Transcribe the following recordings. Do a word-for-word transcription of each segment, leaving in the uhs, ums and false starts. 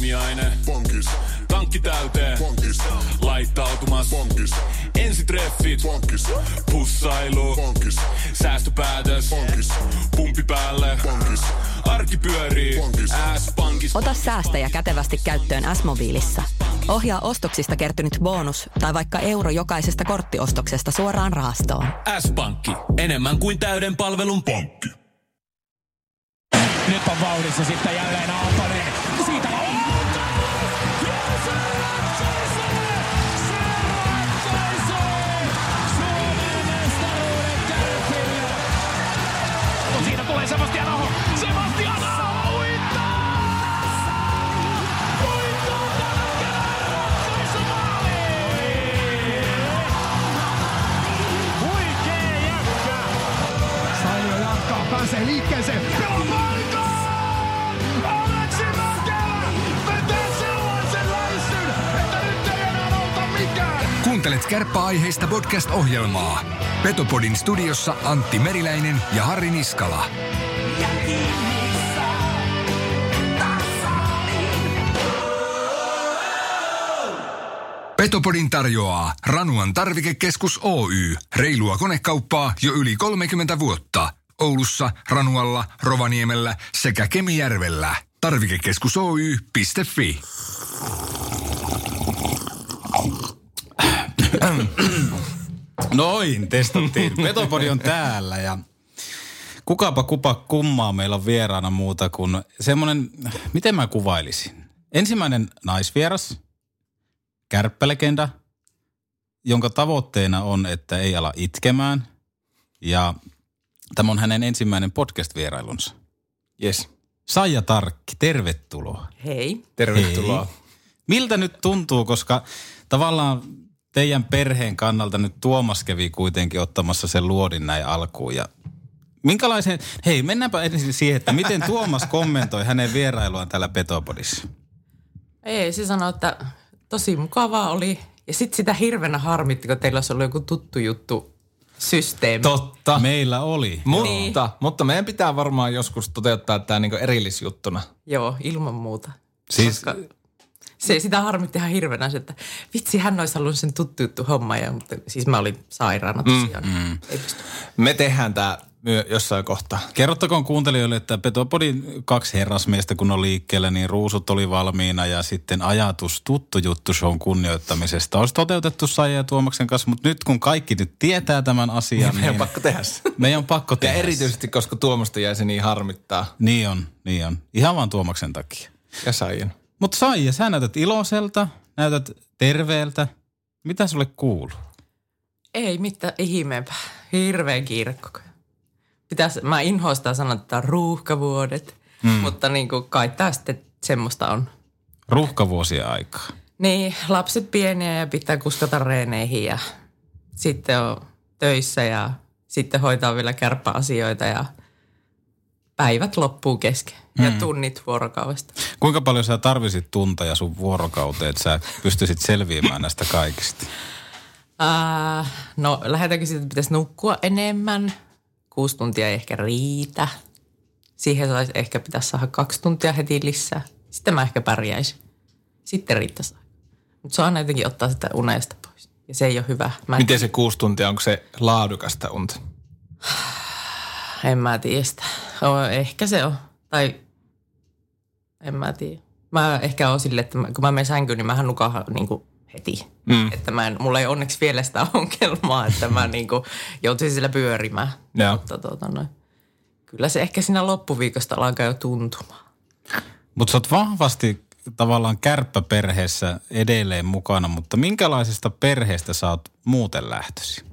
Aamiaine. Bonkis. Tankki täyteen. Bonkis. Laittautumas. Bonkis. Ensitreffit. Bonkis. Pussailu. Bonkis. Säästöpäätös. Bonkis. Pumpi päälle. Bonkis. Arki pyörii. Bonkis. S-pankis. Ota säästäjä kätevästi käyttöön S-mobiilissa. Ohjaa ostoksista kertynyt bonus tai vaikka euro jokaisesta korttiostoksesta suoraan rahastoon. S-pankki. Enemmän kuin täyden palvelun pankki. Nyt on vauhdissa sitten jälleen Aaltonen. Siitä on siinä tulee Sebastian Aho. Sebastian Aho uittaa! Uittaa tämän kerran ratkaisumaali! Huikee jätkä! Sailio jatkaa, pääsee liikkeeseen. Pelaa maalikaan! Aleksi Mäkelä vetää sellaisen läissyn, että nyt ei enää auta mikään! Kuuntelet kärppäaiheista podcast-ohjelmaa. Petopodin studiossa Antti Meriläinen ja Harri Niskala. Petopodin tarjoaa Ranuan tarvikekeskus Oy. Reilua konekauppaa jo yli kolmekymmentä vuotta. Oulussa, Ranualla, Rovaniemellä sekä Kemijärvellä. Tarvikekeskus Oy piste fi. Noin, testattiin. Petopodi on täällä ja kukapa kupa kummaa meillä on vieraana muuta kuin semmoinen, miten mä kuvailisin. Ensimmäinen naisvieras, kärppälegenda, jonka tavoitteena on, että ei ala itkemään. Ja tämä on hänen ensimmäinen podcast-vierailunsa. Yes. Saija Tarkki, tervetuloa. Hei. Tervetuloa. Hei. Miltä nyt tuntuu, koska tavallaan teidän perheen kannalta nyt Tuomas kävi kuitenkin ottamassa sen luodin näin alkuun. Ja minkälaisen, hei mennäänpä ensin siihen, että miten Tuomas kommentoi hänen vierailuaan täällä Petopodissa? Ei, se sanoi, että tosi mukavaa oli. Ja sitten sitä hirveänä harmitti, kun teillä olisi ollut joku tuttu juttu systeemi. Totta. Meillä oli. Mutta, Niin. mutta meidän pitää varmaan joskus toteuttaa tämä niinku erillisjuttuna. Joo, ilman muuta. Siis Koska se sitä harmitti ihan hirveänä, että vitsi, hän olisi halunnut sen tuttu juttu homma, ja, mutta siis mä olin sairaana tosiaan. Mm, mm. Ei pysty. Me tehdään tämä myö jossain kohtaa. kerrottakoon kuuntelijoille, että Petopodin kaksi herrasmiestä kun on liikkeellä, niin ruusut oli valmiina ja sitten ajatus tuttu juttu shown kunnioittamisesta olisi toteutettu Saija ja Tuomaksen kanssa, mutta nyt kun kaikki nyt tietää tämän asian, Meidän on niin pakko tehdä se. meidän on pakko Ja tehdä. erityisesti, koska Tuomasta jäi se niin harmittaa. Niin on, niin on. Ihan vaan Tuomaksen takia. Ja Saijan. Mutta Saija, sä näytät iloiselta, näytät terveeltä. Mitä sulle kuuluu? Ei mitään ihmeempää. Hirveän kiire koko ajan. Pitäis, mä inhoan sitä sanoa, että on ruuhkavuodet, mm. mutta niin kuin kai tää sitten semmoista on. Ruuhkavuosien aikaa. Niin, lapset pieniä ja pitää kuskata reeneihin ja sitten on töissä ja sitten hoitaa vielä kärppäasioita ja päivät loppuu kesken ja Mm. tunnit vuorokaudesta. Kuinka paljon sä tarvisit tunteja sun vuorokauteen, että sä pystyisit selviämään näistä kaikista? Ää, no lähdetäänkö siitä, että pitäisi nukkua enemmän. Kuusi tuntia ei ehkä riitä. Siihen saisi ehkä pitäisi saada kaksi tuntia heti lisää. Sitten mä ehkä pärjäisin. Sitten riittäisi. Mutta se on aina jotenkin ottaa sitä unesta pois. Ja se ei ole hyvä. Mä Miten se kuusi tuntia, onko se laadukasta unta? En mä tiedä sitä. O, ehkä se on. Tai en mä tiedä. Mä ehkä oon silleen, että mä, kun mä menen sänkyyn, niin mähän nukahan niin kuin heti. Mm. Että mä en, mulla ei onneksi vielä sitä ongelmaa, että mä niin kuin joutuisin sillä pyörimään. Joo. Mutta tuota, noin. Kyllä se ehkä siinä loppuviikosta alkaa jo tuntumaan. Mutta sä oot vahvasti tavallaan kärppäperheessä edelleen mukana, mutta minkälaisesta perheestä sä oot muuten lähtösi?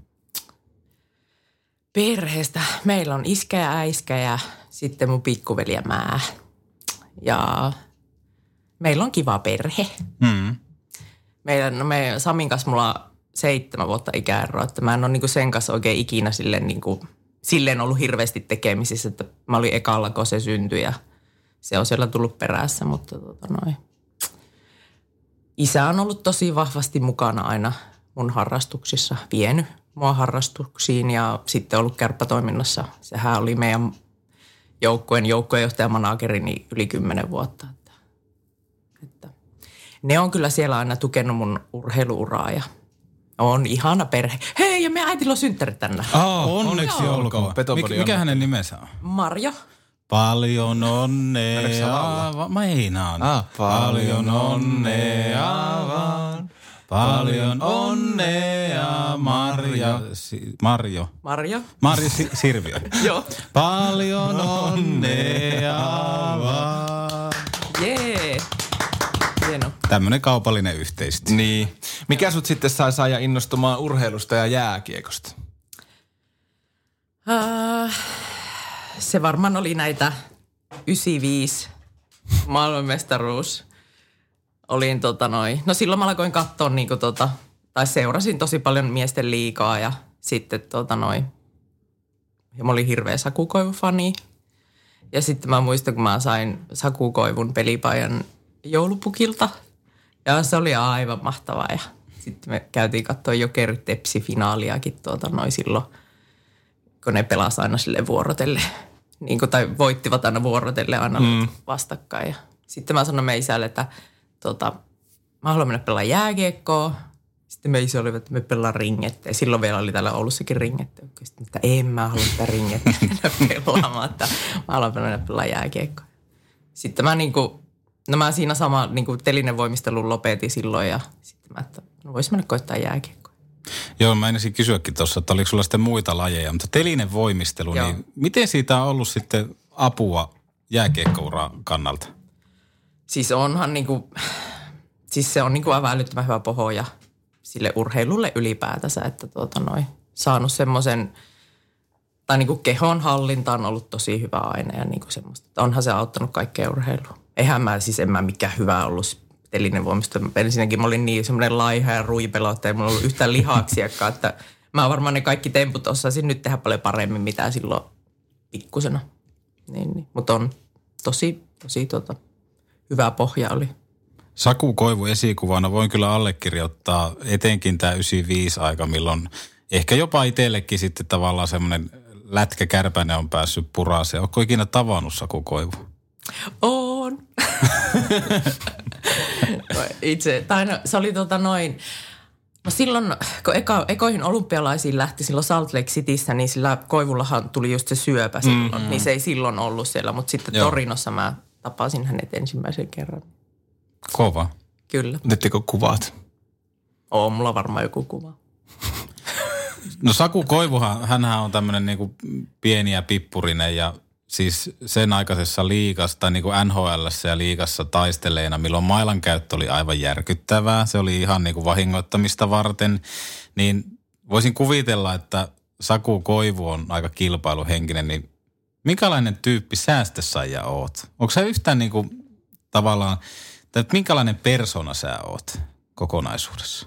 Perheestä. Meillä on iskä ja äiskä ja sitten mun pikkuveli ja mä. Ja meillä on kiva perhe. Mm. Meidän, no me Samin kanssa mulla on seitsemän vuotta ikäeroa, että mä en ole niinku sen kanssa oikein ikinä silleen, niinku, silleen ollut hirveästi tekemisissä, että mä olin ekalla, kun se syntyi ja se on siellä tullut perässä, mutta tota noin. Isä on ollut tosi vahvasti mukana aina mun harrastuksissa, vienyt mua harrastuksiin ja sitten ollut kärppätoiminnassa. Sehän oli meidän joukkueen joukkueenjohtaja manageri niin yli kymmenen vuotta. Että ne on kyllä siellä aina tukenut mun urheiluuraa ja on ihana perhe. Hei, ja me äitillä on synttärit tänään. Oh, onneksi olkoon. Petopodi Mik, mikä hänen nimensä on? Marjo. Paljon onnea, va- mainaan. Ah, paljon onnea vaan. Paljon onnea, Marja. Si- Marjo. Marjo. Marjo si- Sirviö. Joo. Paljon onnea vaan. Jee. Hieno. Tämmönen kaupallinen yhteistyö. Niin. Mikä sut sitten sai Saija innostumaan urheilusta ja jääkiekosta? Uh, se varmaan oli näitä yhdeksänkymmentäviisi maailmanmestaruus. Olin tota noin, no silloin mä alkoin katsoa niinku tota, tai seurasin tosi paljon miesten liigaa ja sitten tota noin, ja mä olin hirveä Saku Koivu-fani. Ja sitten mä muistan, kun mä sain Saku Koivun pelipajan joulupukilta. Ja se oli aivan mahtavaa ja sitten me käytiin katsoa Jokeri-Tepsi-finaaliakin tuota noin silloin, kun ne pelasi aina sille vuorotelle. Niin kuin, tai voittivat aina vuorotelle aina mm. vastakkain. Ja sitten mä sanoin meidän isälle, että tota, mä haluan mennä pelaa jääkiekkoa. Sitten me isä oli, että me pelaan ringettä. Ja silloin vielä oli täällä Oulussakin ringettä. Sitten, että en mä halua sitä ringettä mennä pelaamaan, että mä haluan mennä pelaa jääkiekkoa. Sitten mä niinku, no mä siinä sama niinku telinevoimistelun lopetin silloin ja sitten mä, että no vois mennä koittaa jääkiekkoa. Joo, mä enisin kysyäkin tuossa, että oliko sulla sitten muita lajeja, mutta telinevoimistelu, Joo. niin miten siitä on ollut sitten apua jääkiekkouran kannalta? Siis onhan niinku, siis se on niinku aivan älyttömän hyvä pohja sille urheilulle ylipäätänsä, että tuota noin, saanut semmoisen, tai niinku kehon hallinta on ollut tosi hyvä aine ja niinku semmoista, että onhan se auttanut kaikkea urheilua. Eihän mä siis, en mä mikään hyvä ollut telinevoimistelu. Ensinnäkin mä olin niin semmoinen laiha ja ruipelo, että ei mulla ollut yhtään lihaksiakaan, että mä varmaan ne kaikki temput osaisin nyt tehdä paljon paremmin, mitä silloin pikkusena. Niin, niin. Mutta on tosi, tosi tota, hyvä pohja oli. Saku Koivu esikuvana voin kyllä allekirjoittaa etenkin tämä yhdeksänkymmentäviisi aika, milloin ehkä jopa itsellekin sitten tavallaan semmoinen lätkäkärpäinen on päässyt puraaseen. Ootko ikinä tavannut Saku Koivu? On. Itse, tai no, se oli tota noin, no silloin, kun eka, ekoihin olympialaisiin lähti silloin Salt Lake Cityssä, niin sillä Koivullahan tuli just se syöpä silloin, mm-hmm. niin se ei silloin ollut siellä, mutta sitten Joo. Torinossa mä tapasin hänet ensimmäisen kerran. Kova. Kyllä. Otettiinko kuvat? Oo, mulla varmaan joku kuva. No Saku Koivuhan, hänhän on tämmöinen niinku pieni ja pippurinen ja siis sen aikaisessa liigassa tai niinku N H L:ssä ja liigassa taisteleena, milloin mailan käyttö oli aivan järkyttävää. Se oli ihan niinku vahingoittamista varten. Niin voisin kuvitella, että Saku Koivu on aika kilpailuhenkinen, niin minkälainen tyyppi säästösaija oot? Onko sä yhtään niinku tavallaan, että minkälainen persona sä oot kokonaisuudessa?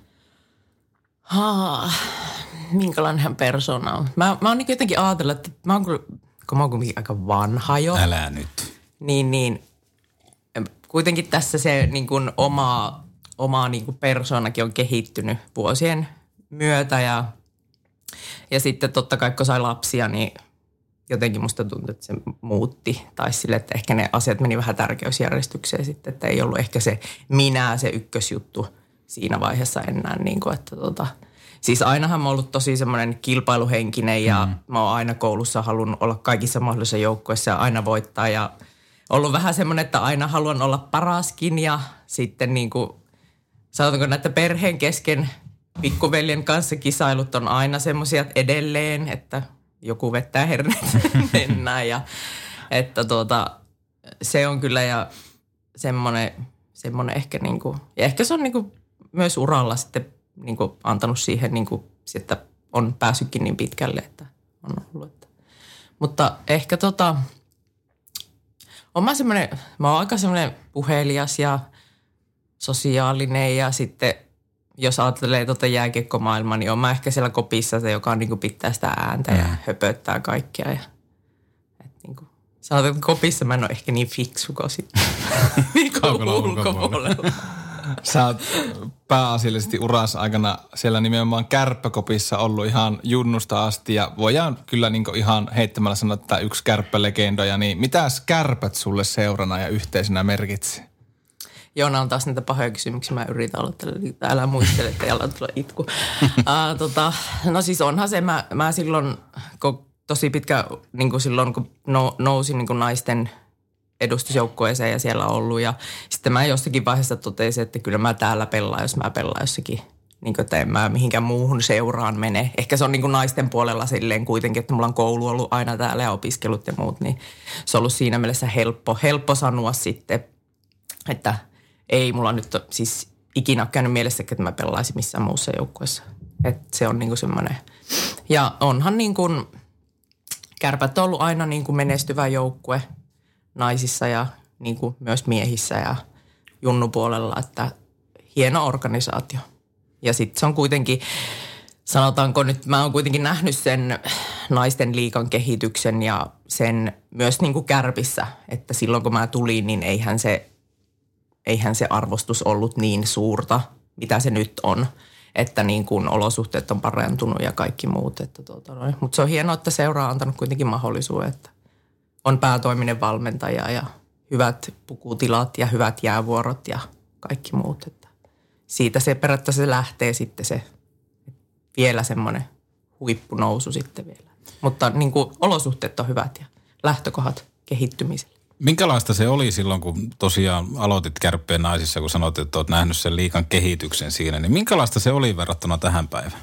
Haa, minkälainen persona on? Mä, mä oon niin jotenkin ajatellut, että mä oon kyllä, kun mä oon kuitenkin aika vanha jo. Älä nyt. Niin, niin. Kuitenkin tässä se niin kuin oma, oma niin kuin persoonakin on kehittynyt vuosien myötä ja, ja sitten totta kai kun sai lapsia, niin jotenkin musta tuntui, että se muutti. Tai sille, että ehkä ne asiat meni vähän tärkeysjärjestykseen sitten, että ei ollut ehkä se minä, se ykkösjuttu siinä vaiheessa enää. Niin kuin, että tota, siis ainahan mä oon ollut tosi semmoinen kilpailuhenkinen ja mm. mä oon aina koulussa halunnut olla kaikissa mahdollisissa joukkueissa ja aina voittaa. Ja ollut vähän semmoinen, että aina haluan olla paraskin ja sitten niin kuin, sanotaanko näitä perheen kesken pikkuveljen kanssa kisailut on aina semmoisia edelleen, että joku vettää herneet mennään ja että tuota, se on kyllä ja semmoinen, semmoinen ehkä niin kuin, ja ehkä se on niin kuin myös uralla sitten niin kuin antanut siihen niin kuin, että on päässytkin niin pitkälle, että on ollut. Että. Mutta ehkä tota, on mä semmoinen, mä oon aika semmoinen puhelias ja sosiaalinen ja sitten jos ajattelee tuota jääkiekkomaailmaa, niin on mä ehkä siellä kopissa se, joka niin kuin pitää sitä ääntä ja mm. höpöttää kaikkia. Ja, et niin kuin, sanotaan, että kopissa mä en ole ehkä niin fiksu kuin sitten niin ulkopuolella. Sä oot pääasiallisesti uras aikana siellä nimenomaan kärppäkopissa ollut ihan junnusta asti ja voidaan kyllä niin kuin ihan heittämällä sanoa, että yksi kärppälegendoja. Niin mitäs kärpät sulle seurana ja yhteisönä merkitsi? Joo, nämä on taas näitä pahoja kysymyksiä. Mä yritän aloittaa, älä muistele, että älä tulla itku. uh, tota, no siis onhan se, mä, mä silloin, kun tosi pitkä, niin kuin silloin kun no, nousin niin kuin naisten edustusjoukkueeseen ja siellä ollut. Ja sitten mä jossakin vaiheessa totesin, että kyllä mä täällä pelaan, jos mä pelaan jossakin. Niin kuin, että en mä mihinkään muuhun seuraan mene. Ehkä se on niin kuin naisten puolella silleen kuitenkin, että mulla on koulu ollut aina täällä ja opiskelut ja muut. Niin se on ollut siinä mielessä helppo, helppo sanoa sitten, että ei mulla nyt siis ikinä ole käynyt mielessä, että mä pelaisin missään muussa joukkueessa. Että se on niin kuin semmoinen. Ja onhan niin kuin, Kärpät on ollut aina niin kuin menestyvä joukkue naisissa ja niin kuin myös miehissä ja junnupuolella, että hieno organisaatio. Ja sitten se on kuitenkin, sanotaanko nyt, mä oon kuitenkin nähnyt sen naisten liigan kehityksen ja sen myös niin kuin Kärpissä, että silloin kun mä tulin, niin eihän se, eihän se arvostus ollut niin suurta, mitä se nyt on. Että niin kuin olosuhteet on parantunut ja kaikki muut. Tuota, mutta se on hienoa, että seura on antanut kuitenkin mahdollisuuden, että on päätoiminen valmentaja ja hyvät pukutilat ja hyvät jäävuorot ja kaikki muut. Että siitä se periaatteessa se lähtee sitten se vielä semmoinen huippunousu sitten vielä. Mutta niin kuin olosuhteet on hyvät ja lähtökohdat kehittymiselle. Minkälaista se oli silloin, kun tosiaan aloitit Kärppien naisissa, kun sanoit, että olet nähnyt sen liigan kehityksen siinä, niin minkälaista se oli verrattuna tähän päivään?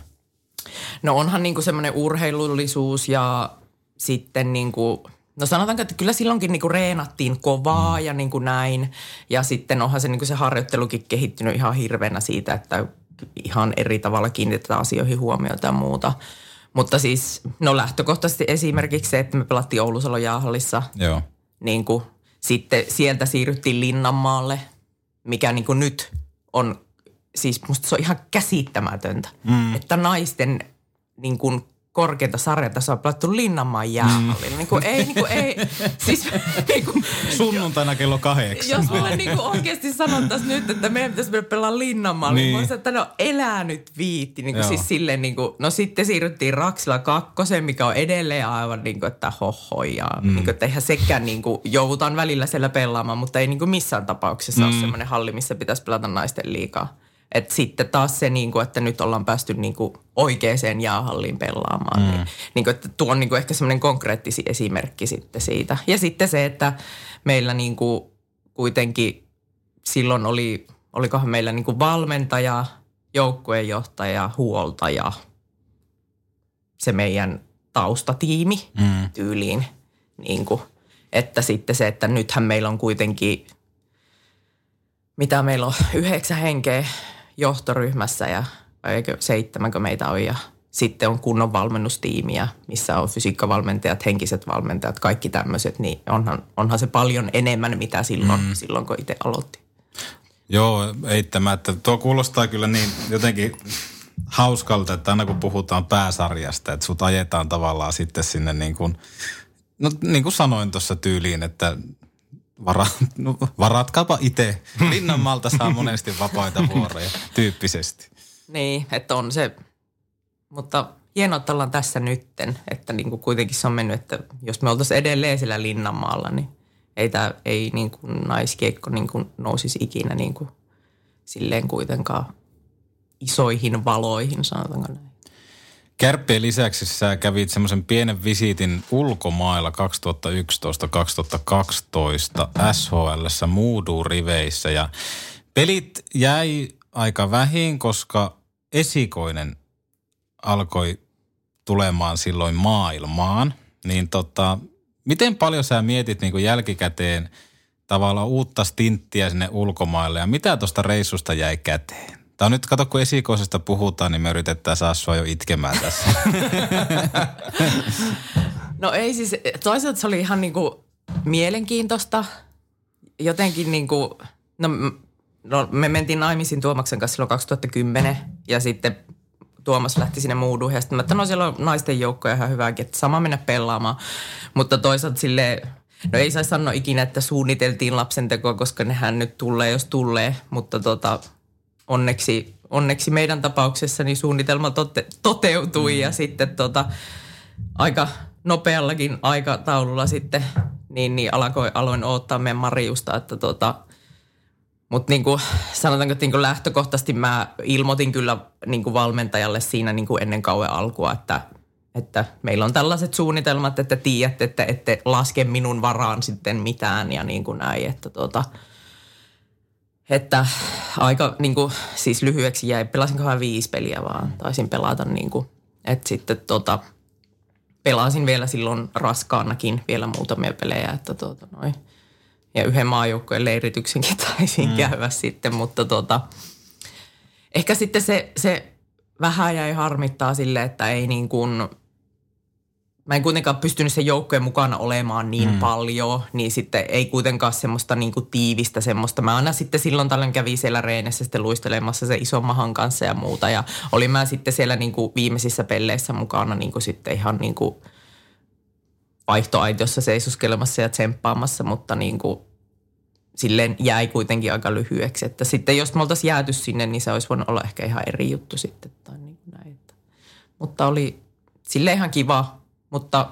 No onhan niin kuin semmoinen urheilullisuus ja sitten niin kuin, no sanotaanko, että kyllä silloinkin niin kuin reenattiin kovaa mm. ja niin kuin näin. Ja sitten onhan se, niin kuin se harjoittelukin kehittynyt ihan hirveänä siitä, että ihan eri tavalla kiinnitetään asioihin huomiota ja muuta. Mutta siis, no lähtökohtaisesti esimerkiksi se, että me pelattiin Oulusalon jäähallissa. Joo. Niin kuin, sitten sieltä siirryttiin Linnanmaalle, mikä niin kuin nyt on, siis musta se on ihan käsittämätöntä, mm. että naisten niin kuin korkeinta sarjatasoa on pelattu Linnanmaan jäähallilla. Mm. Niin kuin ei, niin kuin ei, siis niin kuin, sunnuntaina kello kahdeksan. Jos mulle niin kuin oikeasti sanottaisiin nyt, että meidän pitäisi mennä pelaa Linnanmaalle, niin mä sanoin, että no elää nyt viitti. Niin kuin siis silleen niin kuin, no sitten siirryttiin Raksila kakkoseen, mikä on edelleen aivan niin kuin, että hohoi. Ja mm. niin kuin, että eihän sekään niin kuin, joudutaan välillä siellä pelaamaan, mutta ei niin kuin missään tapauksessa mm. ole semmoinen halli, missä pitäisi pelata naisten liigaa. Että sitten taas se, niin kuin, että nyt ollaan päästy niin kuin oikeaan jäähalliin pelaamaan. Mm. Niin, niin kuin, että tuo on niin kuin ehkä semmoinen konkreettisi esimerkki sitten siitä. Ja sitten se, että meillä niin kuin kuitenkin silloin oli, olikohan meillä niin kuin valmentaja, joukkueenjohtaja, huoltaja, se meidän taustatiimi mm. tyyliin. Niin kuin, että sitten se, että nythän meillä on kuitenkin, mitä meillä on, yhdeksän henkeä johtoryhmässä ja eikö seitsemänkö meitä on ja sitten on kunnon valmennustiimiä, missä on fysiikkavalmentajat, henkiset valmentajat, kaikki tämmöiset, niin onhan, onhan se paljon enemmän mitä silloin, mm. silloin kun itse aloitti. Joo, eittämättä. Tuo kuulostaa kyllä niin jotenkin hauskalta, että aina kun puhutaan pääsarjasta, että sut ajetaan tavallaan sitten sinne niin kuin, no niin kuin sanoin tuossa tyyliin, että Vara, no, varatkaapa itse. Linnanmaalta saa monesti vapaita vuoroja tyyppisesti. Niin, että on se, mutta hienoa, että ollaan tässä nytten, että niin kuin kuitenkin se on mennyt, että jos me oltaisiin edelleen siellä Linnanmaalla, niin ei, tää, ei niin kuin naiskiekko niin kuin nousisi ikinä niin kuin silleen kuitenkaan isoihin valoihin, sanotaanko näin. Kärppien lisäksi sä kävit semmoisen pienen visiitin ulkomailla kaksituhattayksitoista kaksituhattakaksitoista S H L:ssä Moodoo-riveissä ja pelit jäi aika vähin, koska esikoinen alkoi tulemaan silloin maailmaan. Niin tota, miten paljon sä mietit niin kuin jälkikäteen tavallaan uutta stinttiä sinne ulkomaille ja mitä tuosta reissusta jäi käteen? Tämä on nyt, kato kun esikoisesta puhutaan, niin me yritetään saada sua jo itkemään tässä. No ei siis, toisaalta se oli ihan niin kuin mielenkiintoista. Jotenkin niin kuin, no, no me mentiin naimisiin Tuomaksen kanssa silloin kaksituhattakymmenen ja sitten Tuomas lähti sinne Moodooon ja sitten mä, että no siellä on naisten joukkoja ihan hyvääkin, että sama mennä pelaamaan. Mutta toisaalta silleen, no ei saisi sanoa ikinä, että suunniteltiin lapsentekoa, koska nehän nyt tulee, jos tulee, mutta tota... Onneksi, onneksi meidän tapauksessa niin suunnitelma tote, toteutui mm. ja sitten tota, aika nopeallakin aikataululla sitten niin, niin alkoi, aloin odottaa meidän Mariusta, että tota, Mutta niinku, sanotaanko, että niinku lähtökohtaisesti mä ilmoitin kyllä niinku valmentajalle siinä niinku ennen kauan alkua, että, että meillä on tällaiset suunnitelmat, että tiedätte, että ette laske minun varaan sitten mitään ja niin kuin näin, että tota, että aika niinku, siis lyhyeksi jäi, pelasinkohan viisi peliä vaan, taisin pelata niinku, että sitten tota, pelasin vielä silloin raskaanakin vielä muutamia pelejä, että tota noin. Ja yhden maajoukkojen leirityksenkin taisin mm. käydä sitten, mutta tota, ehkä sitten se, se vähän jäi harmittaa sille, että ei niin kuin, mä en kuitenkaan pystynyt sen joukkojen mukana olemaan niin mm. paljon, niin sitten ei kuitenkaan semmoista niin kuin tiivistä semmoista. Mä aina sitten silloin tällöin kävin siellä reenessä sitten luistelemassa se ison mahan kanssa ja muuta. Ja olin mä sitten siellä niin kuin viimeisissä pelleissä mukana niin kuin sitten ihan niin kuin vaihtoaitiossa seisuskelemassa ja tsemppaamassa, mutta niin kuin silleen jäi kuitenkin aika lyhyeksi. Että sitten jos me oltaisiin jääty sinne, niin se olisi voinut olla ehkä ihan eri juttu sitten. Tai niin kuin näin. Mutta oli silleen ihan kiva. Mutta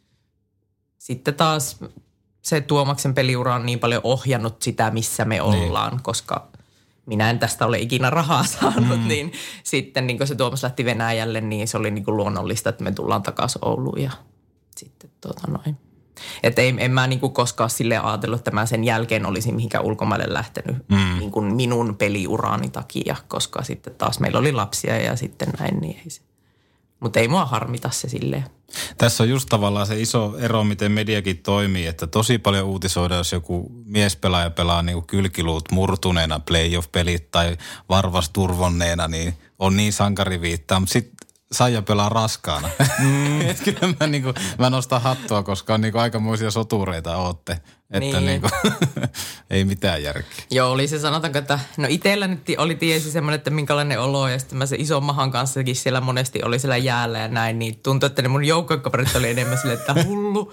sitten taas se Tuomaksen peliura on niin paljon ohjannut sitä, missä me ollaan, niin. Koska minä en tästä ole ikinä rahaa saanut, mm. niin sitten niin kun se Tuomas lähti Venäjälle, niin se oli niin kuin luonnollista, että me tullaan takaisin Ouluun ja sitten tota noin. Että en, en mä niin kuin koskaan silleen ajatellut, että mä sen jälkeen olisin mihinkään ulkomaille lähtenyt mm. niin kuin minun peliuraani takia, koska sitten taas meillä oli lapsia ja sitten näin, niin ei se. Mutta ei mua harmita se silleen. Tässä on just tavallaan se iso ero, miten mediakin toimii, että tosi paljon uutisoidaan, jos joku miespelaaja pelaa niin kuin kylkiluut murtuneena playoff-pelit tai varvas turvonneena, niin on niin sankariviittaa, mutta sitten Saija pelaa raskaana. Mm. Et kyllä mä, niin kuin, mä nostan hattua, koska niin kuin aikamoisia sotureita ootte. Että niin. Niin kuin, ei mitään järkeä. Joo, oli se sanotaanko, että no itsellä nyt oli tiesi semmoinen, että minkälainen olo ja sitten mä se ison mahan kanssakin siellä monesti oli siellä jäällä ja näin, niin tuntui, että ne mun joukkokaverit oli enemmän silleen, että hullu,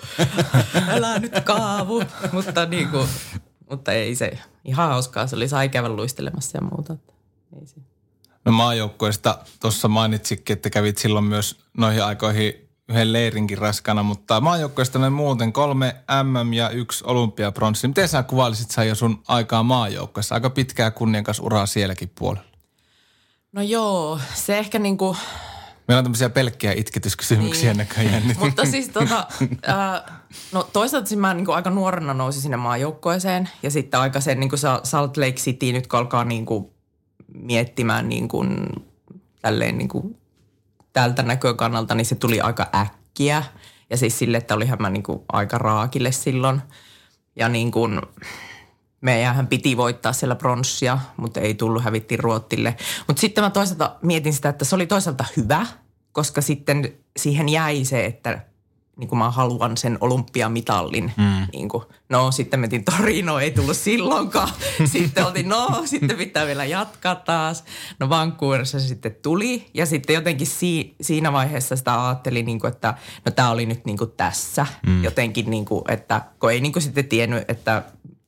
älä nyt kaavu. Mutta niin kuin, mutta ei se, ihan hauskaa, se oli sai käydä luistelemassa ja muuta. Ei se. No maajoukkoista tuossa mainitsikin, että kävit silloin myös noihin aikoihin yhden leirinkin raskana, mutta maajoukkoista me muuten kolme M M ja yksi olympiapronssi. Miten sä kuvailisit sä jo sun aikaa maajoukkoissa? Aika pitkää kunniakas uraa sielläkin puolella. No joo, se ehkä niinku... Meillä on tämmöisiä pelkkiä itketyskysymyksiä niin. näköjään. Mutta siis tota, äh, no toisaalta siis mä niinku aika nuorena nousin sinne maajoukkoeseen ja sitten aika sen niinku Salt Lake City nyt kun alkaa niinku miettimään niin kuin, tälleen niin kuin tältä näkökannalta, niin se tuli aika äkkiä. Ja siis sille, että olihan mä niin kuin aika raakille silloin. Ja niin kuin meidänhän piti voittaa siellä pronssia, mutta ei tullut, hävittiin Ruottille. Mutta sitten mä toisaalta mietin sitä, että se oli toisaalta hyvä, koska sitten siihen jäi se, että niin kuin mä haluan sen olympiamitallin. Mm. Niin kuin, no sitten metin Torinoon, ei tullut silloinkaan. Sitten oltiin, no sitten pitää vielä jatkaa taas. No Vancouverissa se sitten tuli ja sitten jotenkin si, siinä vaiheessa sitä ajattelin, niin kuin, että no tää oli nyt niin kuin tässä. Mm. Jotenkin niin kuin, että kun ei niin kuin sitten tiennyt, että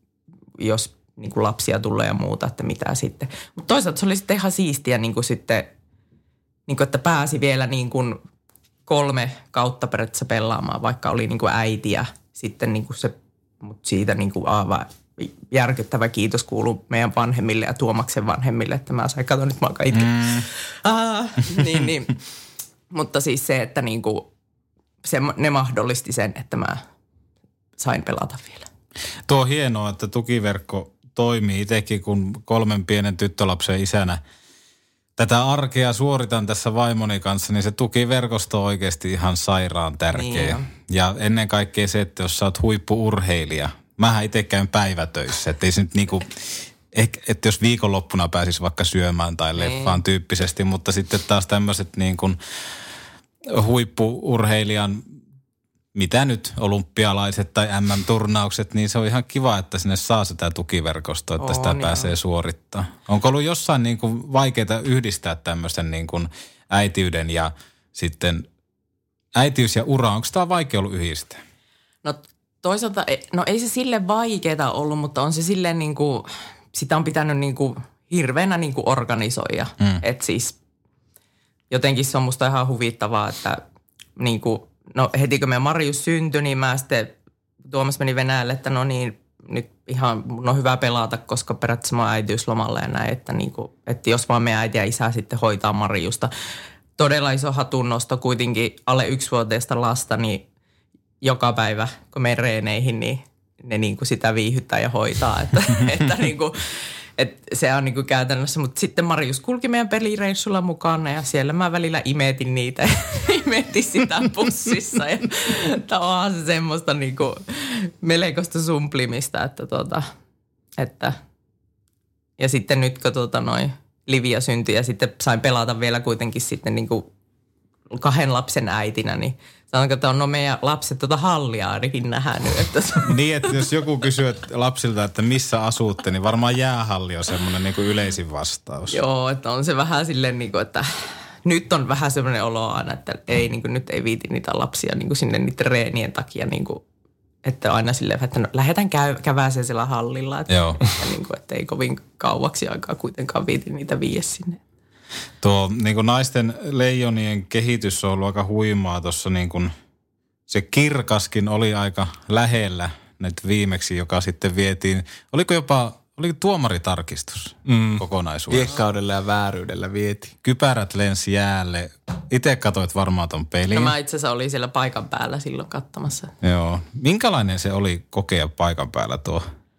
jos niin kuin lapsia tulee ja muuta, että mitä sitten. Mutta toisaalta se oli sitten ihan siistiä niin kuin sitten, niin kuin, että pääsi vielä niin kuin kolme kautta periaatteessa pelaamaan, vaikka oli niin kuin äiti ja sitten niin kuin se, mutta siitä niin kuin aivan järkyttävä kiitos kuuluu meidän vanhemmille ja Tuomaksen vanhemmille, että mä sain, kato nyt mä alkaa itke. Mm. Ah, niin, niin. Mutta siis se, että niin kuin se, ne mahdollisti sen, että mä sain pelata vielä. Tuo on hienoa, että tukiverkko toimii itsekin, kun kolmen pienen tyttölapsen isänä tätä arkea suoritan tässä vaimoni kanssa, niin se tukiverkosto on oikeasti ihan sairaan tärkeä. Niin. Ja ennen kaikkea se, että jos sä oot huippu-urheilija, mähän itse käyn päivätöissä, että ei se nyt niinku, ehkä, että jos viikonloppuna pääsis vaikka syömään tai leffaan niin. tyyppisesti, mutta sitten taas tämmöiset niin kuin huippu-urheilijan, mitä nyt, olympialaiset tai M M-turnaukset, niin se on ihan kiva, että sinne saa sitä tukiverkostoa, että on, sitä pääsee joo. suorittaa. Onko ollut jossain niin kuin vaikeaa yhdistää tämmöisen niin kuin äitiyden ja sitten äitiys ja ura? Onko tämä vaikea ollut yhdistää? No toisaalta, no ei se sille vaikeaa ollut, mutta on se silleen niin kuin, sitä on pitänyt niin kuin hirveänä niin kuin organisoida. Mm. Että siis jotenkin se on musta ihan huvittavaa, että niin kuin no heti kun meidän Marius syntyi, niin mä sitten, Tuomas meni Venäjälle, että no niin, nyt ihan mun on hyvä pelata, koska periaatteessa mä oon äitiyslomalla ja näin, että, niinku, että jos vaan meidän äiti ja isä sitten hoitaa Mariusta. Todella iso hatunnosto kuitenkin alle yksivuotiaista lasta, niin joka päivä, kun menen reeneihin, niin ne niinku sitä viihyttää ja hoitaa. Että, että niinku, et se on niinku käytännössä, mutta sitten Marius kulki meidän pelireissulla mukana ja siellä mä välillä imetin niitä ja imetin sitä pussissa. Ja onhan se semmoista niinku melkoista sumplimista, että tota, että ja sitten nyt kun tota noin Livia syntyi ja sitten sain pelata vielä kuitenkin sitten niinku kahden lapsen äitinä, niin sanonko, että on no meidän lapset tuota hallia ainakin nähnyt. Että niin, että jos joku kysyy että lapsilta, että missä asutte, niin varmaan jäähalli on semmoinen niin kuin yleisin vastaus. Joo, että on se vähän silleen, niin kuin, että nyt on vähän semmoinen olo aina, että ei, niin kuin, nyt ei viiti niitä lapsia niin kuin sinne niiden reenien takia, niin kuin, että aina silleen, että no, lähdetään käy, käväseen siellä hallilla. Että, Joo. että, niin kuin, että ei kovin kauaksi aikaa kuitenkaan viiti niitä viiä sinne. Tuo niin kuin naisten leijonien kehitys on ollut aika huimaa tuossa niin kuin se Kirkaskin oli aika lähellä nyt viimeksi, joka sitten vietiin. Oliko jopa, oliko tuomaritarkistus mm. kokonaisuudessa? Viekkaudella ja vääryydellä vieti. Kypärät lensi jäälle. Itse katsoit varmaan ton pelin. No mä itse asiassa olin siellä paikan päällä silloin katsomassa. Joo. Minkälainen se oli kokea paikan päällä tuo?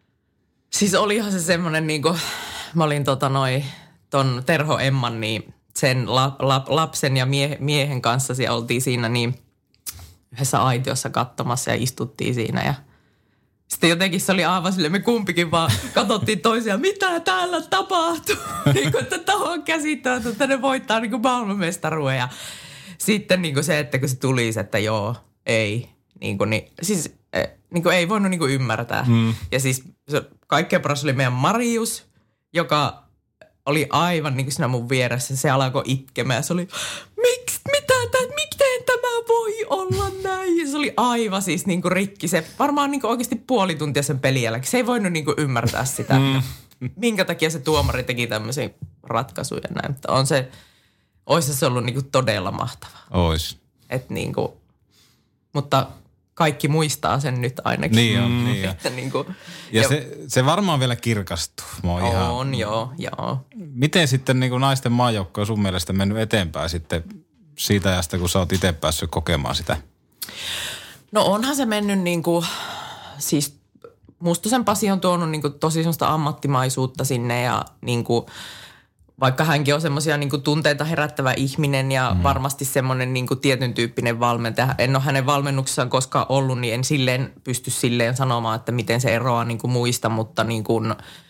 Siis olihan se semmoinen niin kuin, mä olin tota noin ton Terho Emman, niin sen la, la, lapsen ja mie, miehen kanssa siellä oltiin siinä niin yhdessä aitiossa katsomassa ja istuttiin siinä ja sitten jotenkin se oli aivan silleen, me kumpikin vaan katsottiin toisiaan, mitä täällä tapahtuu. Niin kuin, että tämä on käsittämätöntä, että ne voittaa niin kuin maailmanmestaruuden ja sitten niin kuin se, että kun se tuli, että joo, ei, niin kuin, niin, siis niin kuin ei voinut niin kuin ymmärtää. Mm. Ja siis se, kaikkein paras oli meidän Marius, joka oli aivan niin kuin siinä mun vieressä. Se alkoi itkemään. Se oli, miksi, mitä, tämä, miten tämä voi olla näin? Ja se oli aivan siis niin kuin rikki. Se varmaan niin kuin oikeasti puoli tuntia sen pelin jälkeen. Se ei voinut niin kuin ymmärtää sitä, mm. minkä takia se tuomari teki tämmöisiä ratkaisuja näin. Mutta on se, olisi se ollut niin kuin todella mahtavaa. Ois. Et niin kuin, mutta kaikki muistaa sen nyt ainakin. Niin on, niin että niin kuin, ja jo, se, se varmaan vielä kirkastuu. On, ihan, joo, joo. Miten sitten niin kuin naisten maajoukko on sun mielestä mennyt eteenpäin sitten siitä ajasta, kun sä oot itse päässyt kokemaan sitä? No onhan se mennyt niin kuin, siis Mustosen Pasi on tuonut niin kuin tosi semmoista ammattimaisuutta sinne ja niin kuin, vaikka hänkin on semmoisia niin kuin tunteita herättävä ihminen ja mm. varmasti semmoinen niin kuin tietyn tyyppinen valmentaja. En ole hänen valmennuksessaan koskaan ollut, niin en silleen pysty silleen sanomaan, että miten se eroaa niin kuin muista, mutta niin kuin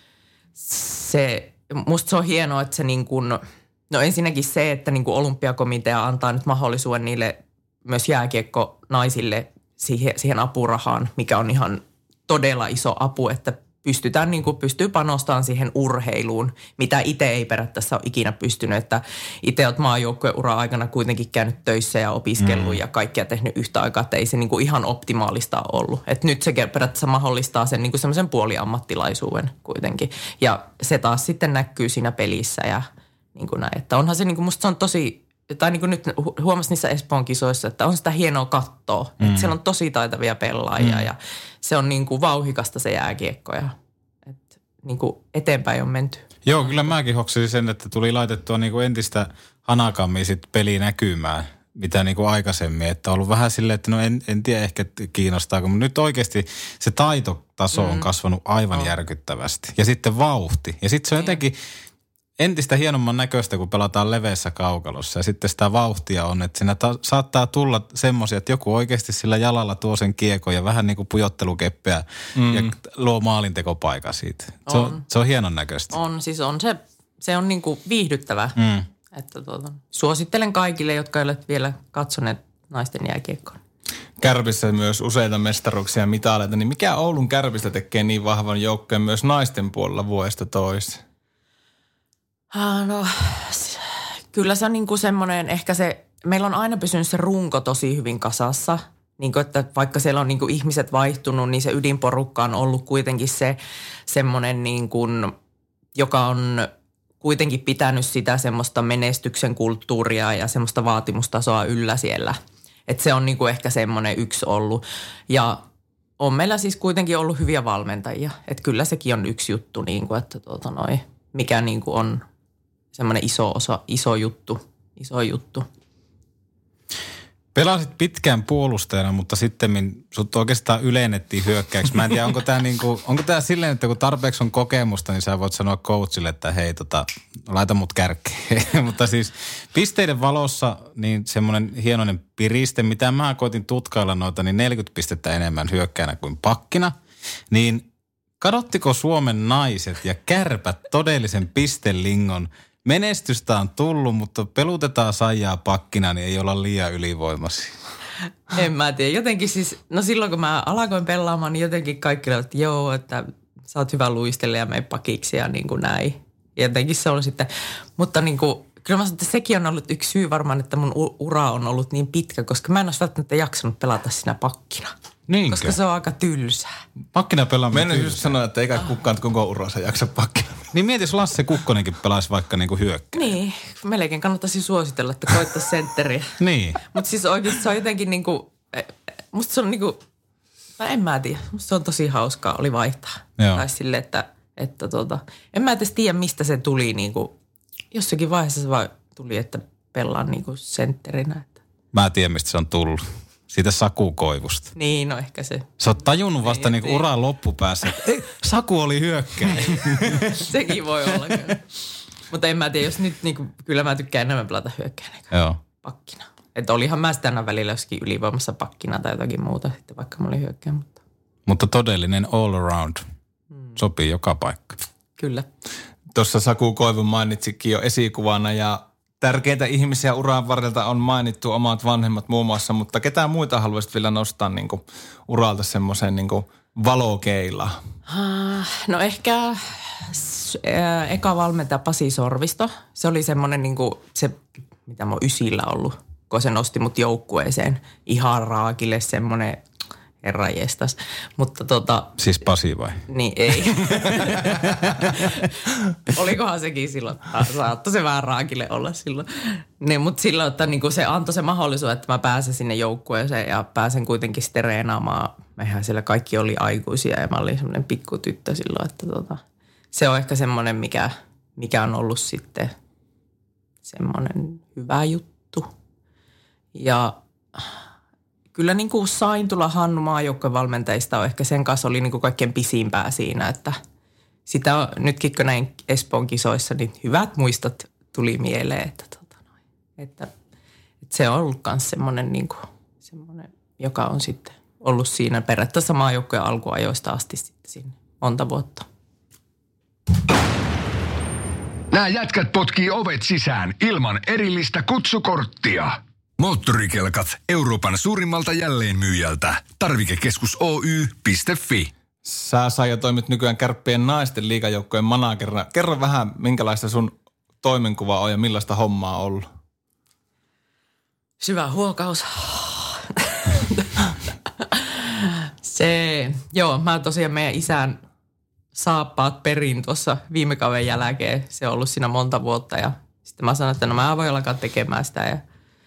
se, musta se on hienoa, että se niin kuin, no ensinnäkin se, että niin kuin olympiakomitea antaa nyt mahdollisuuden niille myös jääkiekko naisille siihen, siihen apurahaan, mikä on ihan todella iso apu, että pystytään niin kuin, pystyy panostamaan siihen urheiluun, mitä itse ei periaatteessa ole ikinä pystynyt. Että itse olet maajoukkueen ura aikana kuitenkin käynyt töissä ja opiskellut mm. ja kaikkia tehnyt yhtä aikaa, että ei se niin kuin ihan optimaalista ole ollut. Että nyt se periaatteessa mahdollistaa sen niin kuin semmoisen puoliammattilaisuuden kuitenkin. Ja se taas sitten näkyy siinä pelissä ja niin kuin näin. Että onhan se, niin kuin musta se on tosi, tai niin kuin nyt huomasin niissä Espoon kisoissa, että on sitä hienoa katsoa. Mm. Että siellä on tosi taitavia pelaajia mm. ja se on niin kuin vauhikasta se jääkiekko ja että niin kuin eteenpäin on menty. Joo, kyllä mäkin hoksasin sen, että tuli laitettua niin kuin entistä hanakammin sit peli näkymään, mitä niin kuin aikaisemmin. Että on ollut vähän silleen, että no en, en tiedä ehkä kiinnostaako, mutta nyt oikeasti se taitotaso mm. on kasvanut aivan oh. järkyttävästi. Ja sitten vauhti. Ja sitten se on jotenkin entistä hienomman näköistä, kun pelataan leveässä kaukalossa. Ja sitten sitä vauhtia on, että siinä ta- saattaa tulla semmoisia, että joku oikeasti sillä jalalla tuo sen kiekon ja vähän niin kuin pujottelukeppeä mm. ja luo maalintekopaikan siitä. Se on, on, se on hienon näköistä. On, siis on se, se on niin kuin viihdyttävää. Mm. Että tuota, suosittelen kaikille, jotka eivät vielä katsoneet naisten jääkiekkoa. Kärpissä myös useita mestaruuksia ja mitaleita, niin mikä Oulun Kärpistä tekee niin vahvan joukkueen myös naisten puolella vuodesta toiseen? No, kyllä se on niin kuin semmoinen, ehkä se, meillä on aina pysynyt se runko tosi hyvin kasassa. Niin kuin, että vaikka siellä on niin kuin ihmiset vaihtunut, niin se ydinporukka on ollut kuitenkin se semmoinen, niin kuin, joka on kuitenkin pitänyt sitä semmoista menestyksen kulttuuria ja semmoista vaatimustasoa yllä siellä. Että se on niin kuin ehkä semmoinen yksi ollut. Ja on meillä siis kuitenkin ollut hyviä valmentajia. Että kyllä sekin on yksi juttu, niin kuin, että tuota noi, mikä niin kuin on semmoinen iso osa, iso juttu, iso juttu. Pelasit pitkään puolustajana, mutta sitten sut oikeastaan ylennettiin hyökkäyksi. Mä en tiedä, onko tämä niinku, onko tää silleen, että kun tarpeeksi on kokemusta, niin sä voit sanoa coachille, että hei, tota, laita mut kärkeen. Mutta siis pisteiden valossa niin semmoinen hienoinen piriste, mitä mä koitin tutkailla noita, niin neljäkymmentä pistettä enemmän hyökkäänä kuin pakkina. Niin kadottiko Suomen naiset ja Kärpät todellisen pistelingon? Menestystä on tullut, mutta pelutetaan Saijaa pakkina, niin ei olla liian ylivoimaisia. En mä tiedä. Jotenkin siis, no silloin kun mä alkoin pelaamaan, niin jotenkin kaikki olivat, että joo, että sä oot hyvä luistelija ja mene pakiksi ja niin kuin näin. Jotenkin se on sitten, mutta niin kuin, kyllä mä sanon, että sekin on ollut yksi syy varmaan, että mun ura on ollut niin pitkä, koska mä en olisi välttämättä jaksanut pelata siinä pakkina. Niinkö? Koska se on aika tylsää. Pakkina pelaaminen tylsää. Mennä just sanoa, että eikä kukaan koko uransa jaksa pakkina. Niin mietis Lasse Kukkonenkin pelaisi vaikka niinku hyökkää. Niin, melkein kannattaisi suositella, että koittaa sentteriä. Niin. Mutta siis oikeasti se on jotenkin niinku, musta se on niinku, en mä tiedä, musta se on tosi hauskaa, oli vaihtaa. Joo. Tai silleen, että, että tota, en mä edes tiedä mistä se tuli niinku, jossakin vaiheessa se vaan tuli, että pelaan niinku sentterinä. Että. Mä en tiedä mistä se on tullut. Siitä Saku-koivusta. Niin, no ehkä se. Sä oot tajunnut vasta niin, niinku uran loppupäässä, että ei, Saku oli hyökkääjä. Sekin voi olla kyllä. Mutta en mä tiedä, jos nyt niinku, kyllä mä tykkään enemmän pelata hyökkäänä kuin pakkina. Että olihan mä sitä aina välillä joskin ylivoimassa pakkina tai jotakin muuta sitten, vaikka mä olin hyökkääjä. Mutta, mutta todellinen all around. Hmm. Sopii joka paikka. Kyllä. Tuossa Saku Koivun mainitsikin jo esikuvana ja tärkeitä ihmisiä uran varrelta on mainittu omat vanhemmat muun muassa, mutta ketään muita haluaisit vielä nostaa niin kuin uralta semmoisen niin kuin valokeila? No ehkä äh, eka valmentaja Pasi Sorvisto. Se oli semmoinen niin kuin se, mitä mä oon ysillä ollut, kun se nosti mut joukkueeseen ihan raakille semmoinen herranjestas. Mutta tota... Siis Pasi vai? Niin, ei. Olikohan sekin silloin? Saattoi se vähän raakille olla silloin. Niin, mutta silloin, että niinku se antoi se mahdollisuus, että mä pääsen sinne joukkueeseen ja pääsen kuitenkin sitten reenaamaan. Mehän siellä kaikki oli aikuisia ja mä olin semmoinen pikkutyttö silloin, että tota, se on ehkä semmoinen, mikä, mikä on ollut sitten semmoinen hyvä juttu. Ja... Kyllä niin kuin sain tulla Hannu maajoukkuevalmentajista, on ehkä sen kanssa oli niin kuin kaikkein pisimpää siinä, että sitä on, nytkin kun näin Espoon kisoissa, niin hyvät muistot tuli mieleen, että, tota noin, että, että se on ollut myös semmoinen, niin kuin, semmoinen, joka on sitten ollut siinä periaatteessa maajoukkueen alkuajoista asti sitten sinne monta vuotta. Nämä jätkät potkii ovet sisään ilman erillistä kutsukorttia. Moottorikelkat Euroopan suurimmalta jälleenmyyjältä. Tarvikekeskus Oy piste fi. Sä Saija toimit nykyään Kärppien naisten liigajoukkojen managerina. Kerro vähän, minkälaista sun toimenkuva on ja millaista hommaa on ollut? Syvä huokaus. Se, joo, mä tosiaan meidän isän saappaat perin tuossa viime kauden jälkeen. Se on ollut siinä monta vuotta ja sitten mä sanoin, että no mä voin alkaa tekemään sitä ja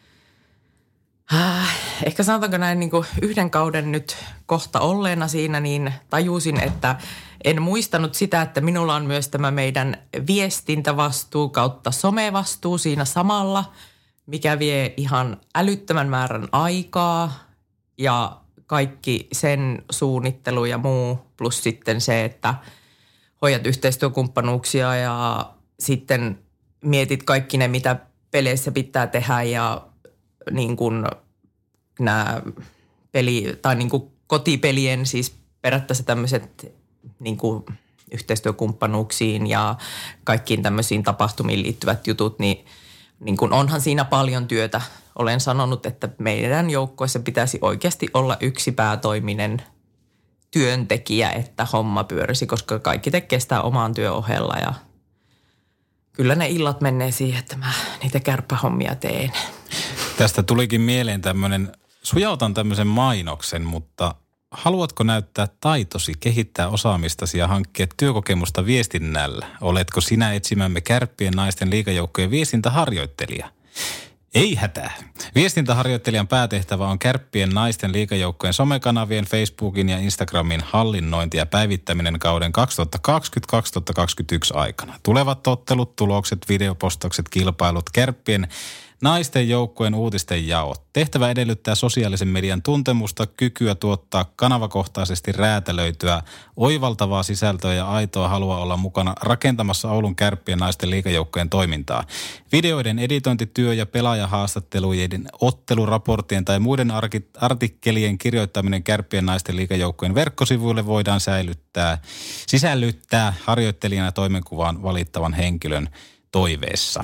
Äh, ehkä sanotaanko näin niin kuin yhden kauden nyt kohta olleena siinä, niin tajusin, että en muistanut sitä, että minulla on myös tämä meidän viestintävastuu kautta somevastuu siinä samalla, mikä vie ihan älyttömän määrän aikaa ja kaikki sen suunnittelu ja muu, plus sitten se, että hoidat yhteistyökumppanuuksia ja sitten mietit kaikki ne, mitä peleissä pitää tehdä ja niin kuin nämä peli, tai niin kuin kotipelien siis periaatteessa tämmöiset niin kuin yhteistyökumppanuuksiin ja kaikkiin tämmöisiin tapahtumiin liittyvät jutut, niin, niin kuin onhan siinä paljon työtä. Olen sanonut, että meidän joukkueessa pitäisi oikeasti olla yksi päätoiminen työntekijä, että homma pyörisi, koska kaikki tekee sitä omaan työn ohella ja kyllä ne illat menee siihen, että mä niitä kärppähommia teen. Tästä tulikin mieleen tämmöinen, sujautan tämmöisen mainoksen, mutta haluatko näyttää taitosi, kehittää osaamistasi ja hankkia työkokemusta viestinnällä? Oletko sinä etsimämme Kärppien naisten liigajoukkojen viestintäharjoittelija? Ei hätää. Viestintäharjoittelijan päätehtävä on Kärppien naisten liigajoukkojen somekanavien, Facebookin ja Instagramin hallinnointi ja päivittäminen kauden kaksituhattakaksikymmentä kaksituhattakaksikymmentäyksi aikana. Tulevat ottelut, tulokset, videopostaukset, kilpailut, Kärppien naisten joukkueen uutisten jaot. Tehtävä edellyttää sosiaalisen median tuntemusta, kykyä tuottaa kanavakohtaisesti räätälöityä, oivaltavaa sisältöä ja aitoa halua olla mukana rakentamassa Oulun Kärppien naisten liigajoukkojen toimintaa. Videoiden editointityö ja pelaajahaastattelujen, otteluraporttien tai muiden artikkelien kirjoittaminen Kärppien naisten liigajoukkojen verkkosivuille voidaan säilyttää, sisällyttää harjoittelijana toimenkuvaan valittavan henkilön toiveessa.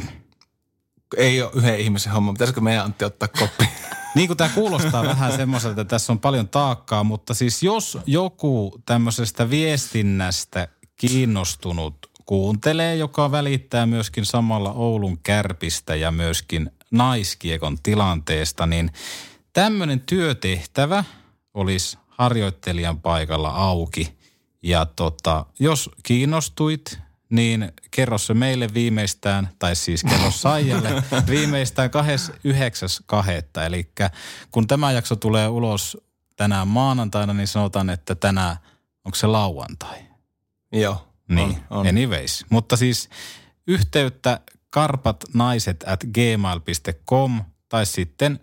Ei ole yhden ihmisen homma. Pitäisikö meidän Antti ottaa koppi? Niin kuin tämä kuulostaa vähän semmoiselta, että tässä on paljon taakkaa, mutta siis jos joku tämmöisestä viestinnästä kiinnostunut kuuntelee, joka välittää myöskin samalla Oulun Kärpistä ja myöskin naiskiekon tilanteesta, niin tämmöinen työtehtävä olisi harjoittelijan paikalla auki. Ja tota, jos kiinnostuit, niin kerro se meille viimeistään, tai siis kerro Saijalle viimeistään kahdeskymmenesyhdeksäs toinen Eli kun tämä jakso tulee ulos tänään maanantaina, niin sanotaan, että tänään, onko se lauantai? Joo. Niin, on, on. anyways. Mutta siis yhteyttä karpatnaiset at gmail piste com tai sitten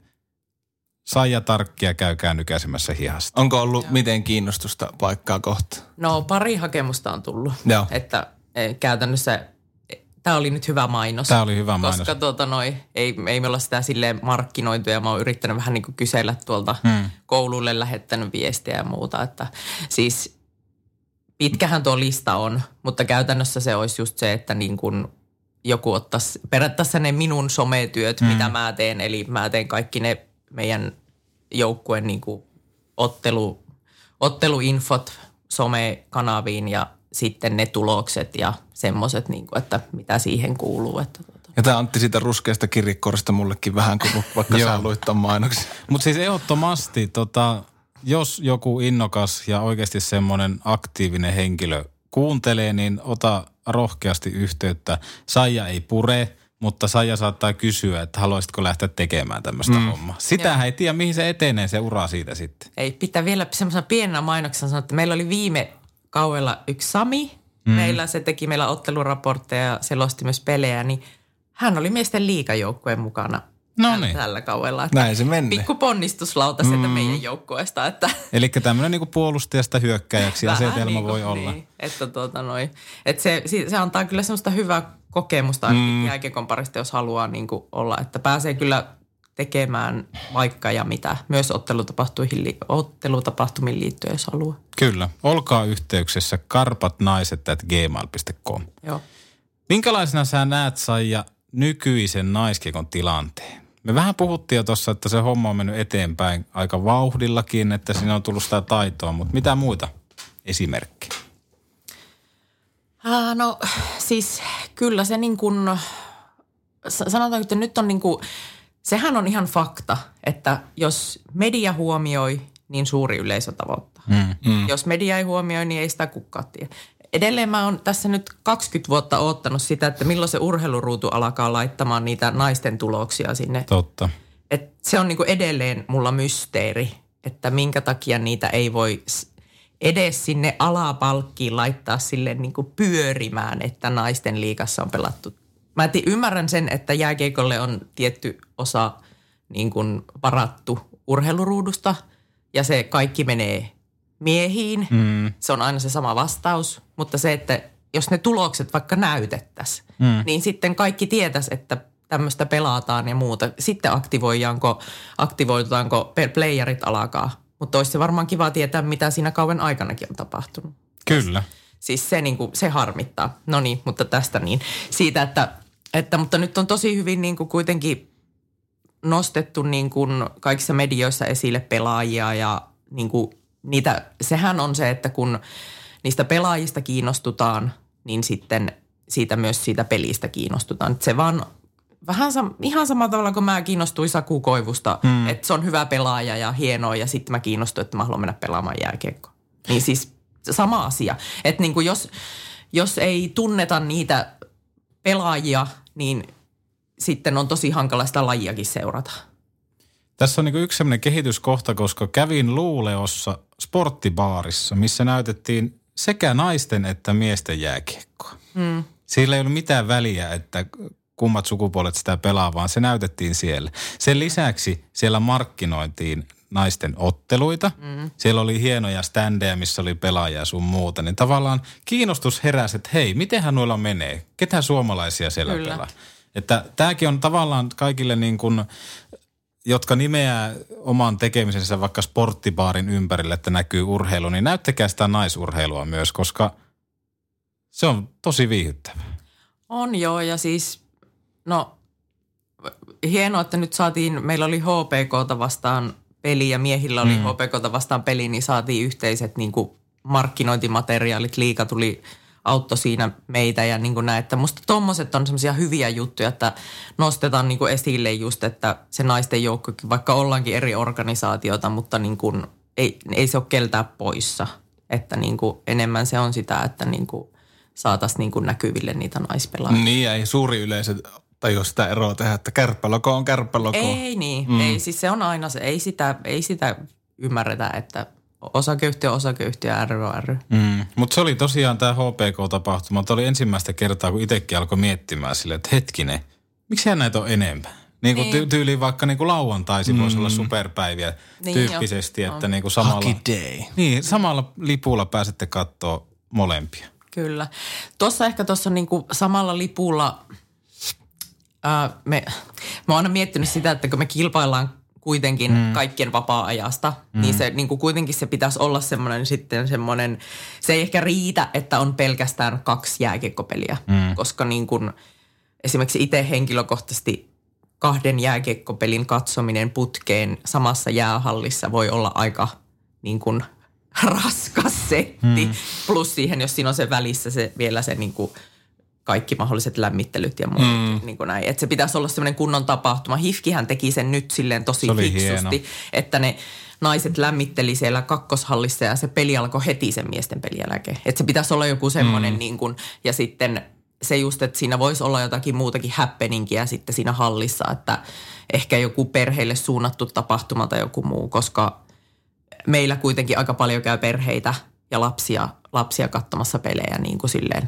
Saija Tarkkia käykää nykäisemässä hihasta. Onko ollut Joo. miten kiinnostusta paikkaa kohta? No pari hakemusta on tullut. Joo. Että käytännössä tämä oli nyt hyvä mainos. Tämä oli hyvä mainos. Koska tuota noi, ei, ei me olla sitä silleen markkinoitu ja mä oon yrittänyt vähän niin kuin kysellä tuolta hmm. kouluille, lähettänyt viestiä ja muuta. Että siis pitkähän tuo lista on, mutta käytännössä se olisi just se, että niin kuin joku ottaisi periaatteessa ne minun sometyöt, hmm. mitä mä teen. Eli mä teen kaikki ne meidän joukkueen niin kuin ottelu, otteluinfot somekanaviin ja sitten ne tulokset ja semmoiset, niin kuin, että mitä siihen kuuluu. Että tuota. Ja tämä Antti siitä ruskeasta kirjekuoresta mullekin vähän, kun vaikka sä luit ton mainoksen. Mutta siis ehdottomasti, tota, jos joku innokas ja oikeasti semmoinen aktiivinen henkilö kuuntelee, niin ota rohkeasti yhteyttä. Saija ei pure, mutta Saija saattaa kysyä, että haluaisitko lähteä tekemään tämmöistä mm. hommaa. Sitähän ei tiedä, mihin se etenee se ura siitä sitten. Ei, pitää vielä semmoisena pienenä mainoksena sanoa, että meillä oli viime kaudella yksi Sami. Mm. Meillä se teki meillä otteluraportteja ja selosti myös pelejä, niin hän oli miesten liigajoukkueen mukana no niin. tällä kaudella. Näin se meni. Pikku ponnistuslauta sieltä mm. meidän joukkueesta. Että eli tämmöinen niinku puolustajasta hyökkäjäksi asetelma niin voi niin, olla. Että tuota noi, että se, se antaa kyllä semmoista hyvää kokemusta ainakin mm. jääkiekon parista, jos haluaa niin kuin olla. Että pääsee kyllä tekemään vaikka ja mitä. Myös ottelutapahtumiin, ottelutapahtumiin liittyen, jos haluaa. Kyllä. Olkaa yhteyksissä karpatnaiset at gmail piste com. Joo. Minkälaisena sä näet, Saija, nykyisen naiskiekon tilanteen? Me vähän puhuttiin jo tuossa, että se homma on mennyt eteenpäin aika vauhdillakin, että siinä on tullut sitä taitoa, mutta mitä muita esimerkkejä? Ah, no siis kyllä se niin kuin, sanotaan, että nyt on niin kuin, sehän on ihan fakta, että jos media huomioi, niin suuri yleisö tavoittaa. Mm, mm. Jos media ei huomioi, niin ei sitä kukaan tiedä. Edelleen mä oon tässä nyt kaksikymmentä vuotta oottanut sitä, että milloin se urheiluruutu alkaa laittamaan niitä naisten tuloksia sinne. Totta. Et se on niinku edelleen mulla mysteeri, että minkä takia niitä ei voi edes sinne alapalkkiin laittaa sille niinku pyörimään, että naisten liigassa on pelattu. Mä tii, ymmärrän sen, että jääkiekolle on tietty osa niin kuin varattu urheiluruudusta ja se kaikki menee miehiin. Mm. Se on aina se sama vastaus, mutta se, että jos ne tulokset vaikka näytettäisiin, mm. niin sitten kaikki tietäisi, että tämmöistä pelataan ja muuta. Sitten aktivoidaanko, aktivoidutaanko playerit alakaa, mutta olisi se varmaan kiva tietää, mitä siinä kauan aikanakin on tapahtunut. Kyllä. Siis se, niin kuin, se harmittaa. No niin, mutta tästä niin. Siitä, että, että mutta nyt on tosi hyvin niin kuin kuitenkin nostettu niin kuin kaikissa medioissa esille pelaajia ja niin kuin niitä, sehän on se, että kun niistä pelaajista kiinnostutaan, niin sitten siitä myös siitä pelistä kiinnostutaan. Että se vaan vähän sam, ihan samalla tavalla kuin mä kiinnostuin Saku Koivusta, hmm. että se on hyvä pelaaja ja hienoa ja sitten mä kiinnostuin, että mä haluan mennä pelaamaan jääkiekkoa. Niin siis sama asia. Että niin kuin jos, jos ei tunneta niitä pelaajia, niin sitten on tosi hankala sitä lajiakin seurata. Tässä on niin yksi sellainen kehityskohta, koska kävin Luuleossa sporttibaarissa, missä näytettiin sekä naisten että miesten jääkiekkoa. Mm. Sillä ei ollut mitään väliä, että kummat sukupuolet sitä pelaa, vaan se näytettiin siellä. Sen lisäksi siellä markkinointiin naisten otteluita. Mm. Siellä oli hienoja standeja, missä oli pelaajia sun muuta. Niin tavallaan kiinnostus heräsi, että hei, mitenhän noilla menee? Ketä suomalaisia siellä Kyllä. pelaa? Että tämäkin on tavallaan kaikille niin kuin, jotka nimeää oman tekemisensä vaikka sporttibaarin ympärille, että näkyy urheilu, niin näyttäkää sitä naisurheilua myös, koska se on tosi viihdyttävää. On joo, ja siis, no hienoa, että nyt saatiin, meillä oli H P K:ta vastaan peli ja miehillä oli mm. H P K:ta vastaan peli, niin saatiin yhteiset niin kuin markkinointimateriaalit, liiga tuli auttoi siinä meitä ja niin kuin näin, että musta tommoset on semmoisia hyviä juttuja, että nostetaan niin kuin esille just, että se naisten joukkokin, vaikka ollaankin eri organisaatiota, mutta niin kuin ei, ei se ole keltään poissa, että niin kuin enemmän se on sitä, että niin kuin saataisiin niin kuin näkyville niitä naispelaajia. Niin, ei suuri yleisö tajua sitä eroa tehdä, että kärppäloko on kärppäloko. Ei niin, mm. ei siis se on aina se, ei sitä, ei sitä ymmärretä, että osakeyhtiö, osakeyhtiö, ry, ry. Mm. Mutta se oli tosiaan tämä H P K-tapahtuma. Tämä oli ensimmäistä kertaa, kun itsekin alkoi miettimään silleen, että hetkinen, miksi näitä on enemmän? Niin kuin niin. tyyliin vaikka niin kuin lauantaisin mm. voisi olla superpäiviä niin tyyppisesti, jo. Että niin kuin samalla, niin, samalla lipulla pääsette katsoa molempia. Kyllä. Tuossa ehkä tuossa niin kuin samalla lipulla, ää, me, mä oon aina miettinyt sitä, että kun me kilpaillaan kuitenkin mm. kaikkien vapaa-ajasta, mm. niin se niin kuin kuitenkin se pitäisi olla semmoinen sitten semmoinen, se ei ehkä riitä, että on pelkästään kaksi jääkiekkopeliä, mm. koska niin kuin esimerkiksi itse henkilökohtaisesti kahden jääkiekkopelin katsominen putkeen samassa jäähallissa voi olla aika niin kuin raskas setti, mm. plus siihen, jos siinä on se välissä se vielä se niin kuin kaikki mahdolliset lämmittelyt ja muut, mm. niin kuin näin. Että se pitäisi olla semmoinen kunnon tapahtuma. Hifkihän teki sen nyt silleen tosi fiksusti, hieno. Että ne naiset lämmitteli siellä kakkoshallissa ja se peli alkoi heti sen miesten pelin jälkeen. Että se pitäisi olla joku semmoinen mm. niin kuin, ja sitten se just, että siinä voisi olla jotakin muutakin happeningia sitten siinä hallissa, että ehkä joku perheille suunnattu tapahtuma tai joku muu, koska meillä kuitenkin aika paljon käy perheitä ja lapsia, lapsia katsomassa pelejä niin kuin silleen,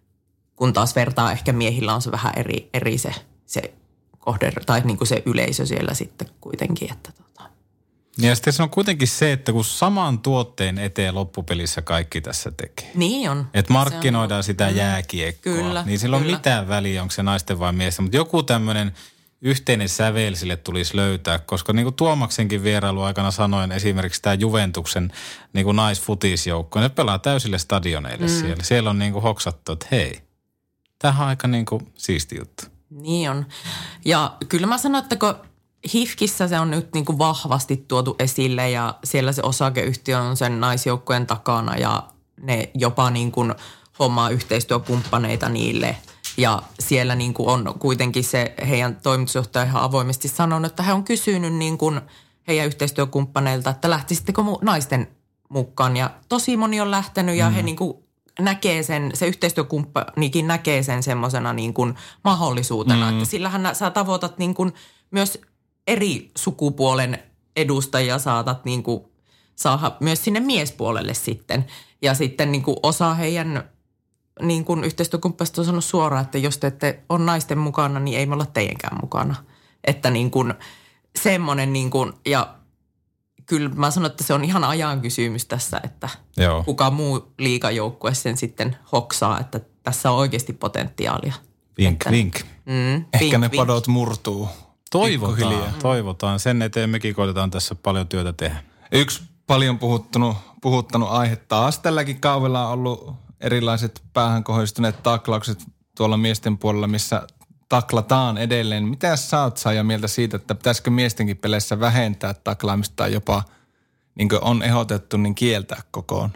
kun taas vertaa ehkä miehillä on se vähän eri, eri se, se kohde, tai niin kuin se yleisö siellä sitten kuitenkin. Että tota. Ja sitten se on kuitenkin se, että kun saman tuotteen eteen loppupelissä kaikki tässä tekee. Niin on. Että markkinoidaan on. Sitä jääkiekkoa. Kyllä, niin sillä on kyllä. mitään väliä, onko se naisten vai miesten. Mutta joku tämmöinen yhteinen sävel sille tulisi löytää, koska niin kuin Tuomaksenkin vierailu aikana sanoin esimerkiksi tämä Juventuksen niin kuin naisfutisjoukko, ne pelaa täysille stadioneille mm. siellä. Siellä on niin kuin hoksattu, että hei. Tämähän on aika niin kuin siisti juttu. Niin on. Ja kyllä mä sanon, että kun Hifkissä se on nyt niin kuin vahvasti tuotu esille ja siellä se osakeyhtiö on sen naisjoukkojen takana ja ne jopa niin kuin hommaa yhteistyökumppaneita niille. Ja siellä niin kuin on kuitenkin se heidän toimitusjohtaja ihan avoimesti sanonut, että he on kysynyt niin kuin heidän yhteistyökumppaneilta, että lähtisittekö mu- naisten mukaan. Ja tosi moni on lähtenyt ja mm. he niin kuin näkee sen, se yhteistyökumppanikin näkee sen semmoisena niin kuin mahdollisuutena, mm. että sillähän sä tavoitat niin kuin myös eri sukupuolen edustajia saatat niin kuin saada myös sinne miespuolelle sitten. Ja sitten niin kuin osa heidän niin kuin yhteistyökumppanista on sanonut suoraan, että jos te ette ole naisten mukana, niin ei me olla teidänkään mukana. Että niin kuin semmoinen niin kuin, ja kyllä mä sanon, että se on ihan ajan kysymys tässä, että Joo. kuka muu liigajoukkue sen sitten hoksaa, että tässä on oikeasti potentiaalia. Vink, että, vink. Mm, Ehkä vink, ne vink. padot murtuu. Toivotaan, toivotaan. Sen eteen mekin koitetaan tässä paljon työtä tehdä. Yksi paljon puhuttanut, puhuttanut aihe taas. Tälläkin kaudella on ollut erilaiset päähän kohdistuneet taklaukset tuolla miesten puolella, missä taklataan edelleen. Mitä sä oot Saija mieltä siitä, että pitäisikö miestenkin peleissä vähentää taklaamista tai jopa, niin kuin on ehdotettu, niin kieltää kokoon?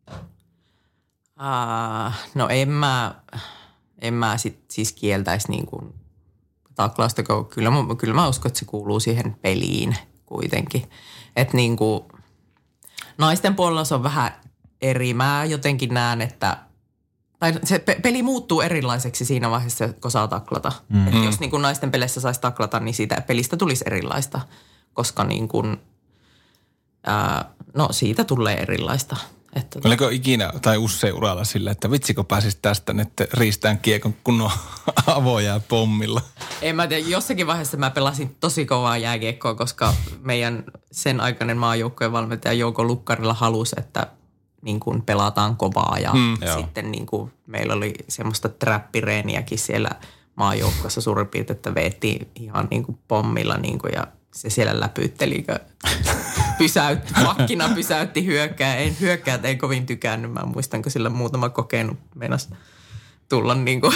Uh, no en mä, en mä sit siis kieltäisi niin kuin taklausta, kyllä, kyllä mä uskon, että se kuuluu siihen peliin kuitenkin. Että niin kuin naisten puolella se on vähän eri. Mä jotenkin näen, että tai se pe- peli muuttuu erilaiseksi siinä vaiheessa, kun saa taklata. Mm. Että jos niin kuin naisten peleissä saisi taklata, niin siitä pelistä tulisi erilaista, koska niin kuin, ää, no siitä tulee erilaista. Että oliko ikinä tai usein uralla sillä, että vitsikö pääsisi tästä, että riistään kiekon kunnon avojää pommilla? En mä tiedä, jossakin vaiheessa mä pelasin tosi kovaa jääkiekkoa, koska meidän sen aikainen maajoukkojen valmentaja Jouko Lukkarilla halusi, että niin kuin pelataan kovaa ja mm, sitten niin kuin meillä oli semmoista trappireeniäkin siellä maajoukkoissa suurin piirtein, että veettiin ihan niin kuin pommilla niin kuin ja se siellä läpyytteli, pysäytti, makkina pysäytti hyökkää. En hyökkäät ei kovin tykännyt. Mä muistan, kun sillä muutama kokenut meinas tulla niin kuin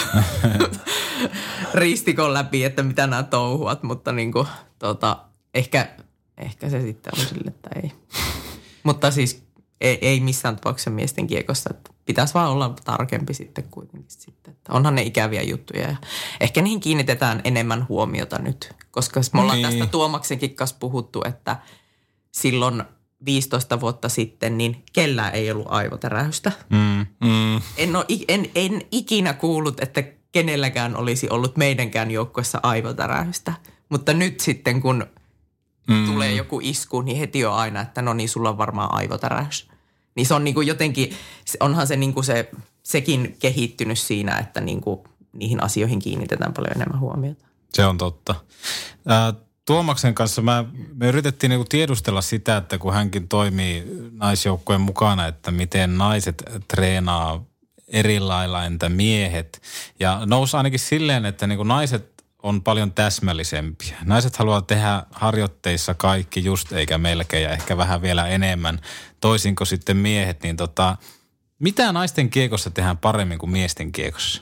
ristikon läpi, että mitä nämä touhuat. Mutta niin kuin, tota, ehkä, ehkä se sitten on sille, että ei. Mutta siis ei, ei missään tapauksessa miesten kiekossa. Että pitäisi vaan olla tarkempi sitten kuitenkin sitten. Että onhan ne ikäviä juttuja ja ehkä niihin kiinnitetään enemmän huomiota nyt. Koska me ollaan niin. tästä Tuomaksenkin kanssa puhuttu, että silloin viisitoista vuotta sitten niin kellään ei ollut aivotärähystä. Mm. Mm. En, ole, en, en ikinä kuullut, että kenelläkään olisi ollut meidänkään joukkueessa aivotärähystä. Mutta nyt sitten kun mm. tulee joku isku, niin heti on aina, että no niin, sulla on varmaan aivotärähys. Niin se on niin kuin jotenkin, onhan se, niin kuin se sekin kehittynyt siinä, että niin kuin niihin asioihin kiinnitetään paljon enemmän huomiota. Se on totta. Ää, Tuomaksen kanssa mä, me yritettiin niinku tiedustella sitä, että kun hänkin toimii naisjoukkojen mukana, että miten naiset treenaa eri lailla entä miehet. Ja nousi ainakin silleen, että niinku naiset on paljon täsmällisempiä. Naiset haluaa tehdä harjoitteissa kaikki just eikä melkein ja ehkä vähän vielä enemmän. Toisin kuin sitten miehet, niin tota, mitä naisten kiekossa tehdään paremmin kuin miesten kiekossa?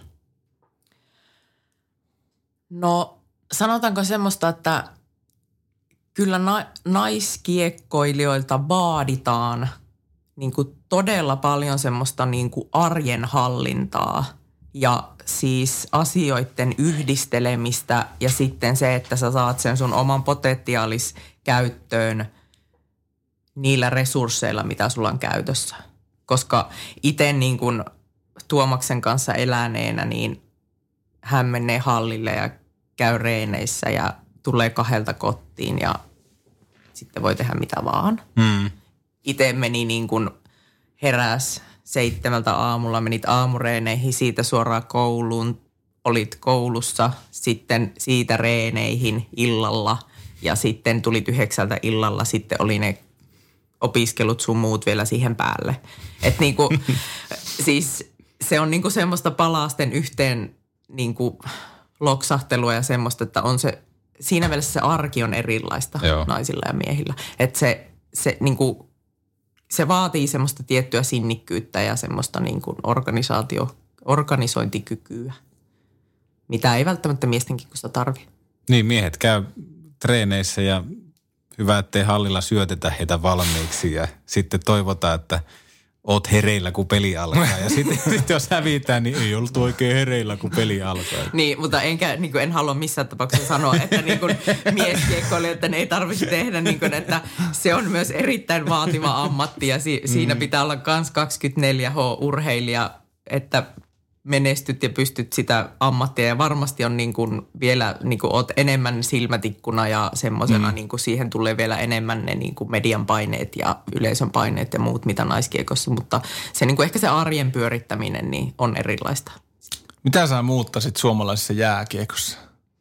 No sanotaanko semmoista, että kyllä na- naiskiekkoilijoilta vaaditaan niin kuin todella paljon semmoista niin kuin arjen hallintaa ja siis asioiden yhdistelemistä ja sitten se, että sä saat sen sun oman potentiaalis käyttöön niillä resursseilla, mitä sulla on käytössä. Koska itse niin kuin Tuomaksen kanssa eläneenä, niin hän menee hallille ja käy reeneissä ja tulee kahdelta kotiin ja sitten voi tehdä mitä vaan. Mm. Itse meni niin kuin heräs seitsemältä aamulla, menit aamureeneihin, siitä suoraan kouluun, olit koulussa, sitten siitä reeneihin illalla ja sitten tulit yhdeksältä illalla, sitten oli ne opiskelut sun muut vielä siihen päälle. Että niinku, siis se on niinku semmoista palasten yhteen niinku loksahtelua ja semmoista, että on se, siinä mielessä se arki on erilaista Joo. naisilla ja miehillä. Että se, se, niinku, se vaatii semmoista tiettyä sinnikkyyttä ja semmoista niinku organisaatio, organisointikykyä, mitä ei välttämättä miesten kikusta tarvitse. Niin, miehet käy treeneissä ja hyvä, ettei hallilla syötetä heitä valmiiksi ja sitten toivotaan, että oot hereillä, kun peli alkaa. Ja sitten sit jos hävitään, niin ei ollut oikein hereillä, kun peli alkaa. Niin, mutta enkä, niin kuin en halua missään tapauksessa sanoa, että niin kuin mieskiekkoilijoita ei tarvitse tehdä, niin kuin, että se on myös erittäin vaativa ammatti ja si- siinä pitää olla myös kaksikymmentäneljä H-urheilija, että menestyt ja pystyt sitä ammattia ja varmasti on niin kuin vielä, niin kuin oot enemmän silmätikkuna ja semmoisena mm. niin kuin siihen tulee vielä enemmän ne niin kuin median paineet ja yleisön paineet ja muut mitä naiskiekossa, mutta se niin kuin ehkä se arjen pyörittäminen niin on erilaista. Mitä sä muuttaisit suomalaisessa jääkiekossa?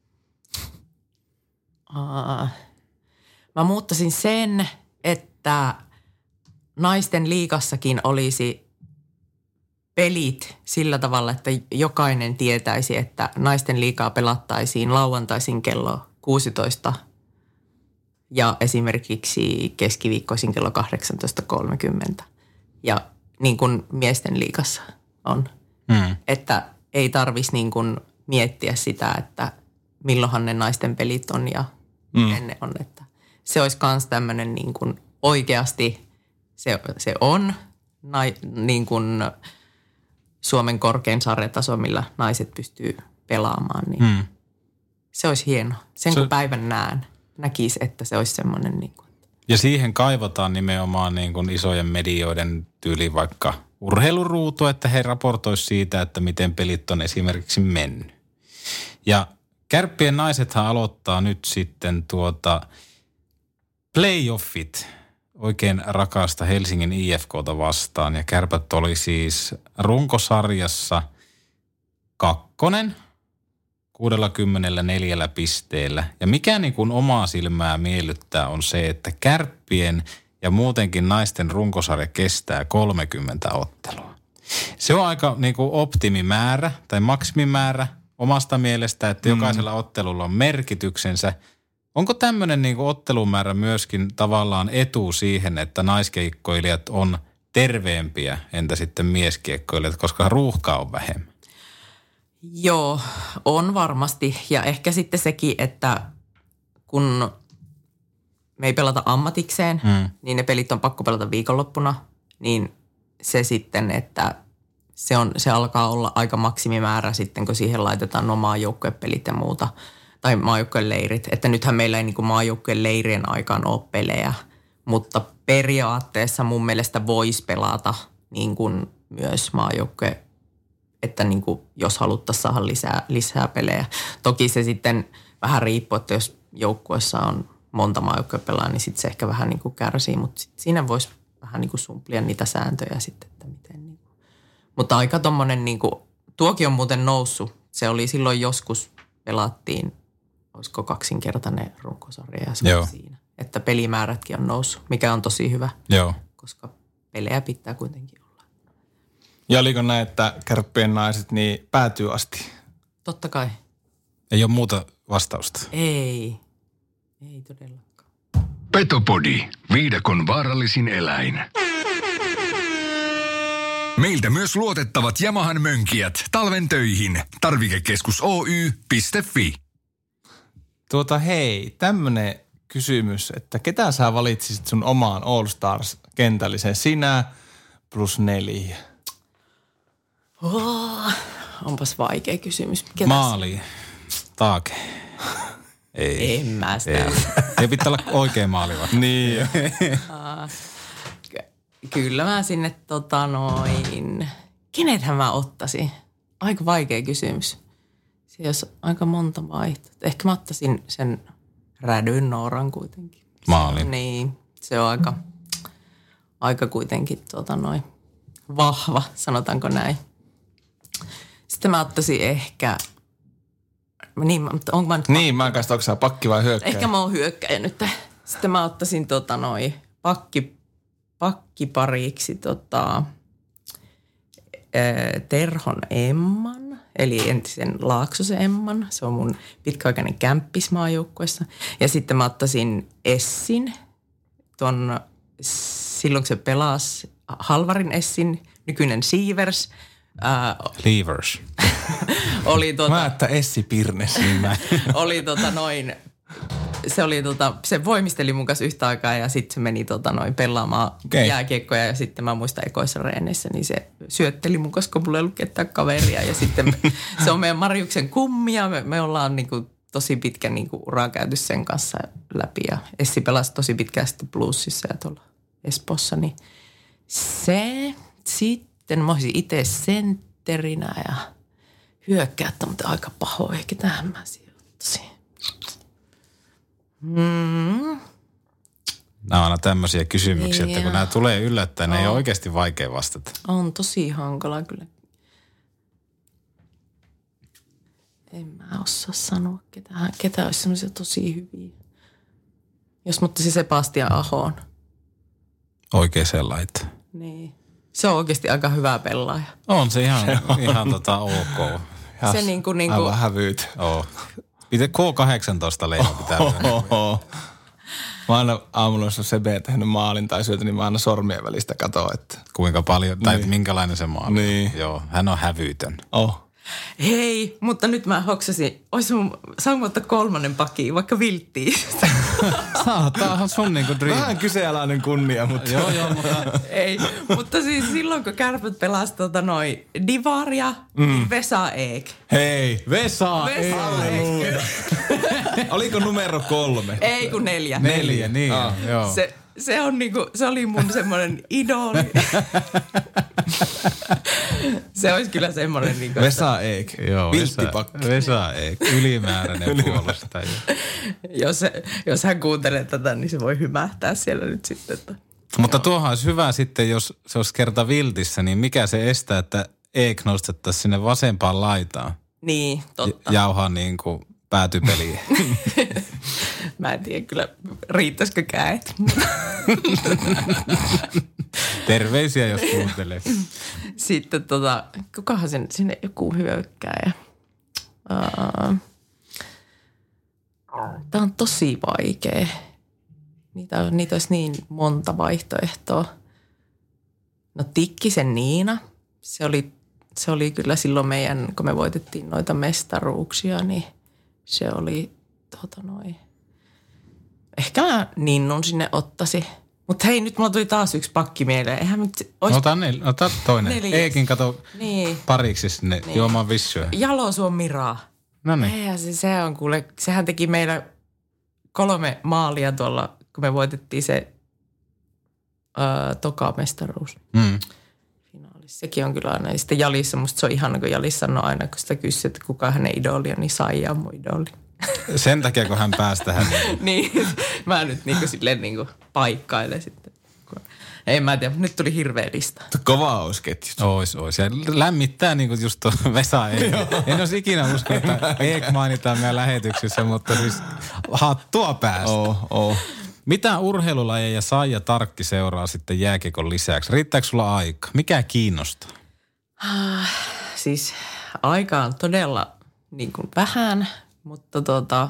Aa, mä muuttasin sen, että naisten liigassakin olisi pelit sillä tavalla, että jokainen tietäisi, että naisten liigaa pelattaisiin lauantaisin kello kuusitoista ja esimerkiksi keskiviikkoisin kello kahdeksantoista kolmekymmentä. Ja niin kuin miesten liigassa on. Mm. Että ei tarvitsisi niin kuin miettiä sitä, että milloinhan ne naisten pelit on ja mm. miten ne on. Että se olisi myös tämmöinen niin kuin oikeasti, se, se on nai, niin kuin Suomen korkein sarjataso, millä naiset pystyy pelaamaan, niin hmm. se olisi hieno. Sen se, kun päivän näen, näkisi, että se olisi semmoinen. Niin kuin. Ja siihen kaivataan nimenomaan niin kuin isojen medioiden tyyli vaikka urheiluruutu, että he raportoisivat siitä, että miten pelit on esimerkiksi mennyt. Ja Kärppien naisethan aloittaa nyt sitten tuota playoffit oikein rakasta Helsingin I F K:ta vastaan. Ja Kärpät oli siis runkosarjassa kakkonen kuusikymmentäneljä pisteellä. Ja mikä niin kuin omaa silmää miellyttää on se, että Kärppien ja muutenkin naisten runkosarja kestää kolmekymmentä ottelua. Se on aika niin kuin optimimäärä tai maksimimäärä omasta mielestä, että jokaisella mm. ottelulla on merkityksensä. Onko tämmöinen niin kuin ottelumäärä myöskin tavallaan etu siihen, että naiskeikkoilijat on terveempiä, entä sitten mieskiekkoilijat, koska ruuhkaa on vähemmän? Joo, on varmasti. Ja ehkä sitten sekin, että kun me ei pelata ammatikseen, mm. niin ne pelit on pakko pelata viikonloppuna, niin se sitten, että se, on, se alkaa olla aika maksimimäärä sitten, kun siihen laitetaan no maajoukkuepelit ja muuta, tai maajoukkueen leirit. Että nythän meillä ei niin kuin maajoukkueen leirien aikaan ole pelejä, mutta periaatteessa mun mielestä voisi pelata niin kuin myös maajoukkue, että niin kuin jos haluttaisiin saada lisää, lisää pelejä. Toki se sitten vähän riippuu, että jos joukkueessa on monta maajoukkuepelaa, niin sitten se ehkä vähän niin kuin kärsii, mutta sit siinä voisi vähän niin kuin sumplia niitä sääntöjä sitten, että miten niin kuin. Mutta aika tommonen niin kuin, tuokin on muuten noussut. Se oli silloin joskus, pelattiin, olisiko kaksinkertainen runkosarja ja se Joo. on siinä. Että pelimäärätkin on noussut, mikä on tosi hyvä, Joo. koska pelejä pitää kuitenkin olla. Ja oliko näin, että Kärppien naiset niin päätyy asti? Totta kai. Ei ole muuta vastausta. Ei, ei todellakaan. Petopodi, viidakon vaarallisin eläin. Meiltä myös luotettavat Yamahan mönkijät talven töihin. Tarvikekeskus Oy piste fi. Tuota hei, tämmönen kysymys, että ketä sä valitsisit sun omaan All Stars-kentälliseen? Sinä plus neljä. Oh, onpas vaikea kysymys. Ketäs? Maali. Taake. Ei. En mä sitä. Ei, ei pitää olla oikea maali vaan. Niin. Kyllä mä sinne tota noin, kenethän mä ottaisin? Aika vaikea kysymys. Se olisi aika monta vaihtoehtoa. Ehkä mä ottaisin sen Rädyn Nooran kuitenkin. Maali. Niin, se on aika, aika kuitenkin tota noin vahva, sanotaanko näin. Sitten mä ottaisin ehkä, niin, mutta onko mä nyt Niin, mä en kanssa, onko sä pakki vai hyökkäjä? Ehkä mä oon hyökkäjä nyt. Sitten mä ottaisin tota noin pakki, pakkipariksi tota, ää, Terhon Emman, eli entisen Laaksosen Emman. Se on mun pitkäaikainen kämppis maajoukkueessa. Ja sitten mä ottaisin Essin, ton, silloin kun se pelasi Halvarin Essin, nykyinen Sievers. Ää, Leavers. oli tota, Mä että Essi Pirnes. Niin mä. oli tota noin, se oli tota, se voimisteli mun kanssa yhtä aikaa ja sitten se meni tota noin pelaamaan Okay. jääkiekkoja ja sitten mä muistan ekoissa reeneissä, niin se syötteli mun kanssa, kun mulla ei ollut ketään kaveria ja sitten me, se on meidän Marjuksen kummia, me, me ollaan niinku tosi pitkä niinku uraa käyty sen kanssa läpi ja Essi pelasi tosi pitkään sitten Bluesissa ja tuolla Espoossa, niin se sitten mä olisin itse sentterinä ja hyökkäättä, mutta aika pahoin, ketähän mä sijoittaisin. Mm. Nämä on aina tämmöisiä kysymyksiä, että kun Joo. nämä tulee yllättäen, ne ei On. ole oikeasti vaikea vastata. On tosi hankala kyllä. En mä osaa sanoa, ketä, ketä olisi semmoisia tosi hyviä. Jos mä ottaisin Sebastian Ahoon, Oikein sellainen. niin se on oikeasti aika hyvä pelaaja. On se ihan, ihan tota ok. Se niinku, niinku, Aivan hävyyt. Oo. Pitää K kahdeksantoista leima pitää. Oho. Mä aina aamulla, jos on Sebe tehnyt maalin tai syötä, niin mä aina sormien välistä katsoa, että Kuinka paljon, tai Niin. minkälainen se maali. Niin. Joo, hän on hävytön. oh. hei, mutta nyt mä hoksasin, olisi mun, saanko ottaa kolmannen pakkiin, vaikka vilttiin. Saa, tää on sun niinku dream. Vähän kyseenalainen kunnia, mutta Joo, joo, mutta Ei, mutta siis silloin kun Kärpät pelasi tota noin Divaria, mm. Vesa Eek. hei. Vesa, Vesa Eek. Oliko numero kolme? Ei kun neljä. neljä, niin, Ah. joo. Se, se, on niinku, se oli mun semmoinen idoli. Se olisi kyllä semmoinen... Niin kuin, Vesa Eek. Joo, Vilttipakki. Vesa, Vesa Eek. Ylimääräinen puolustaja. jos, jos hän kuuntelee tätä, niin se voi hymähtää siellä nyt sitten. Että... Mutta tuohan olisi hyvä sitten, jos se olisi kerta viltissä, niin mikä se estää, että Eek nostettaisiin sinne vasempaan laitaan? Niin, totta. Ja jauhaa niin kuin päätypeliin. Mä en tiedä kyllä, riittäisikö käet. Terveisiä, jos kuuntelee. Sitten tota, kukahan sen, sinne joku hyökkääjä. Uh, Tää on tosi vaikea. Niitä, niitä olisi niin monta vaihtoehtoa. No Tikkisen Niina, se oli, se oli kyllä silloin meidän, kun me voitettiin noita mestaruuksia, niin se oli tota noin. Ehkä mä Ninnun sinne ottasi. Mutta hei, nyt mulla tuli taas yksi pakki mieleen. Eihän nyt olisi... Ota, nel, ota toinen. Neljäs. Eekin kato niin. pariksi sinne niin. Juomaan vissyä. Jalosuon Miraa. No niin. Eihän se, se on kuule, sehän teki meillä kolme maalia tuolla, kun me voitettiin se ää, toka mestaruus. Mm. Finaalissa. Sekin on kyllä aina. Ja sitten Jalissa, musta se on ihana, kun Jalissa sanoo aina, kun sitä kysyy, että kuka hänen idolia, niin Saija on mun idoli. Sen takia, kun hän pääsi tähän. Niin, mä nyt niinku silleen niinku paikkailen sitten. Ei mä tiedä, nyt tuli hirveä lista. Kova olisi ketjut. Ois, ois. Ja lämmittää niin kuin just tuo Vesa Eek. En olisi ikinä usko, että Eek mainitaan meidän lähetyksissä, mutta siis hattua päästä. Oh, oh. Mitä urheilulajeja Saija Tarkki seuraa sitten jääkiekon lisäksi? Riittääkö sulla aika? Mikä kiinnostaa? Ah, siis aika on todella niin kuin vähän, mutta tota,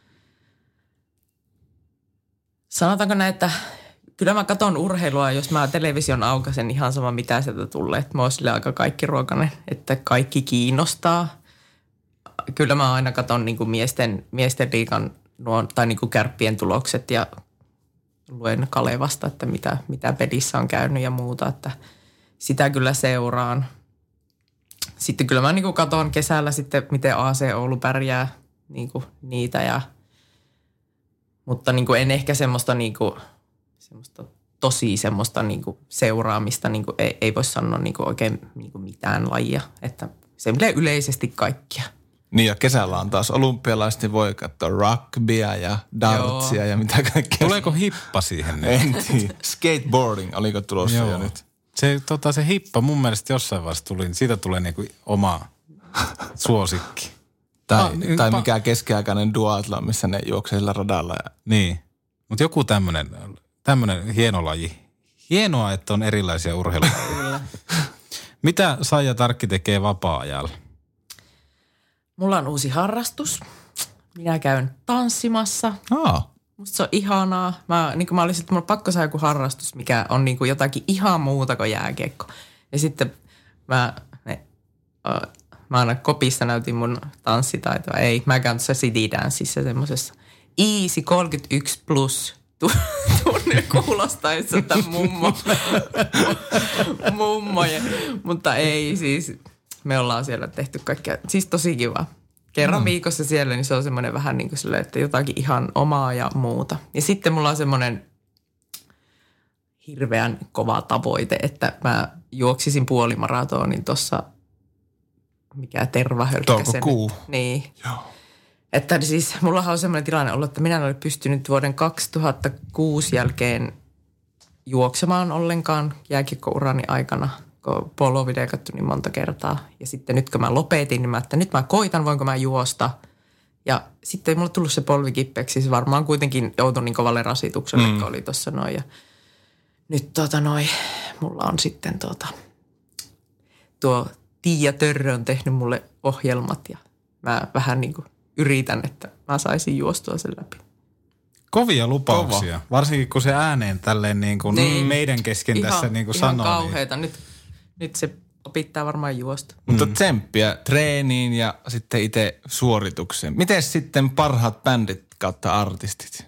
sanotaanko näin, että kyllä mä katson urheilua, jos mä television aukaisen ihan sama mitä sieltä tulee. Että mä oon sille aika kaikkiruokainen, että kaikki kiinnostaa. Kyllä mä aina katson niin kuin miesten, miesten liigan nuo, tai niin kuin kärppien tulokset ja luen Kalevasta, että mitä, mitä pelissä on käynyt ja muuta. Että sitä kyllä seuraan. Sitten kyllä mä niin kuin katson kesällä sitten, miten A C Oulu pärjää niin kuin niitä. Ja, mutta niin kuin en ehkä semmoista, niin kuin, semmoista tosi semmoista niin kuin seuraamista, niin kuin ei, ei voi sanoa niin kuin oikein niin kuin mitään lajia. Että se yleisesti kaikkia. Niin ja kesällä on taas olympialaiset, niin voi katsoa rugbya ja dartsia Joo. ja mitä kaikkea. Tuleeko hippa siihen? En tiedä. Skateboarding, oliko tulossa Joo. jo nyt? Se, tota, se hippa mun mielestä jossain vaiheessa tuli, niin siitä tulee niinku oma suosikki. Tai, ah, niin, tai pa- mikä keskiaikainen duathlon, missä ne juoksee sillä radalla. Ja... Niin, mutta joku tämmönen, tämmönen hieno laji. Hienoa, että on erilaisia urheilulajeja. Mitä Saija Tarkki tekee vapaa-ajalla? Mulla on uusi harrastus. Minä käyn tanssimassa. Aa. Musta se on ihanaa. Mä, niin kuin mä olisin, että mulla on pakko saada joku harrastus, mikä on niin kuin jotakin ihan muuta kuin jääkiekko. Ja sitten mä, ne, uh, mä aina kopissa näytin mun tanssitaitoa. Ei, mä käyn tuossa City Danceissa semmoisessa Easy kolmekymmentäyksi plus. Tunne kuulostaa, että se on tämän mummo, mummojen. Mutta ei siis, me ollaan siellä tehty kaikkea. Siis tosi kiva. Kerran mm. viikossa siellä, niin se on semmoinen vähän niin kuin silleen, että jotakin ihan omaa ja muuta. Ja sitten mulla on semmoinen hirveän kova tavoite, että mä juoksisin puolimaratonin tuossa, mikä Tervahölkkäsen. Toukokuu. Niin. Joo. Että siis mullahan on semmoinen tilanne ollut, että minä en ole pystynyt vuoden kaksituhattakuusi jälkeen juoksemaan ollenkaan jääkiekkourani aikana, kun polo-video kattu niin monta kertaa. Ja sitten nyt kun mä lopetin, niin mä, että nyt mä koitan, voinko mä juosta. Ja sitten mulla tullut se polvi kippeeksi, siis varmaan kuitenkin joutui niin kovalle rasitukselle, mm. kun oli tuossa noin. Ja nyt tota noin, mulla on sitten tuota, tuo Tiia Törrö on tehnyt mulle ohjelmat ja mä vähän niin kuin yritän, että mä saisin juostua sen läpi. Kovia lupauksia, Kova. Varsinkin kun se ääneen tälleen niin kuin niin. meidän kesken ihan, tässä niin kuin ihan sanoo. Ihan kauheeta. Niin. Nyt, nyt se opittaa varmaan juosta. Mm. Mutta tsemppiä treeniin ja sitten itse suoritukseen. Miten sitten parhaat bändit kautta artistit?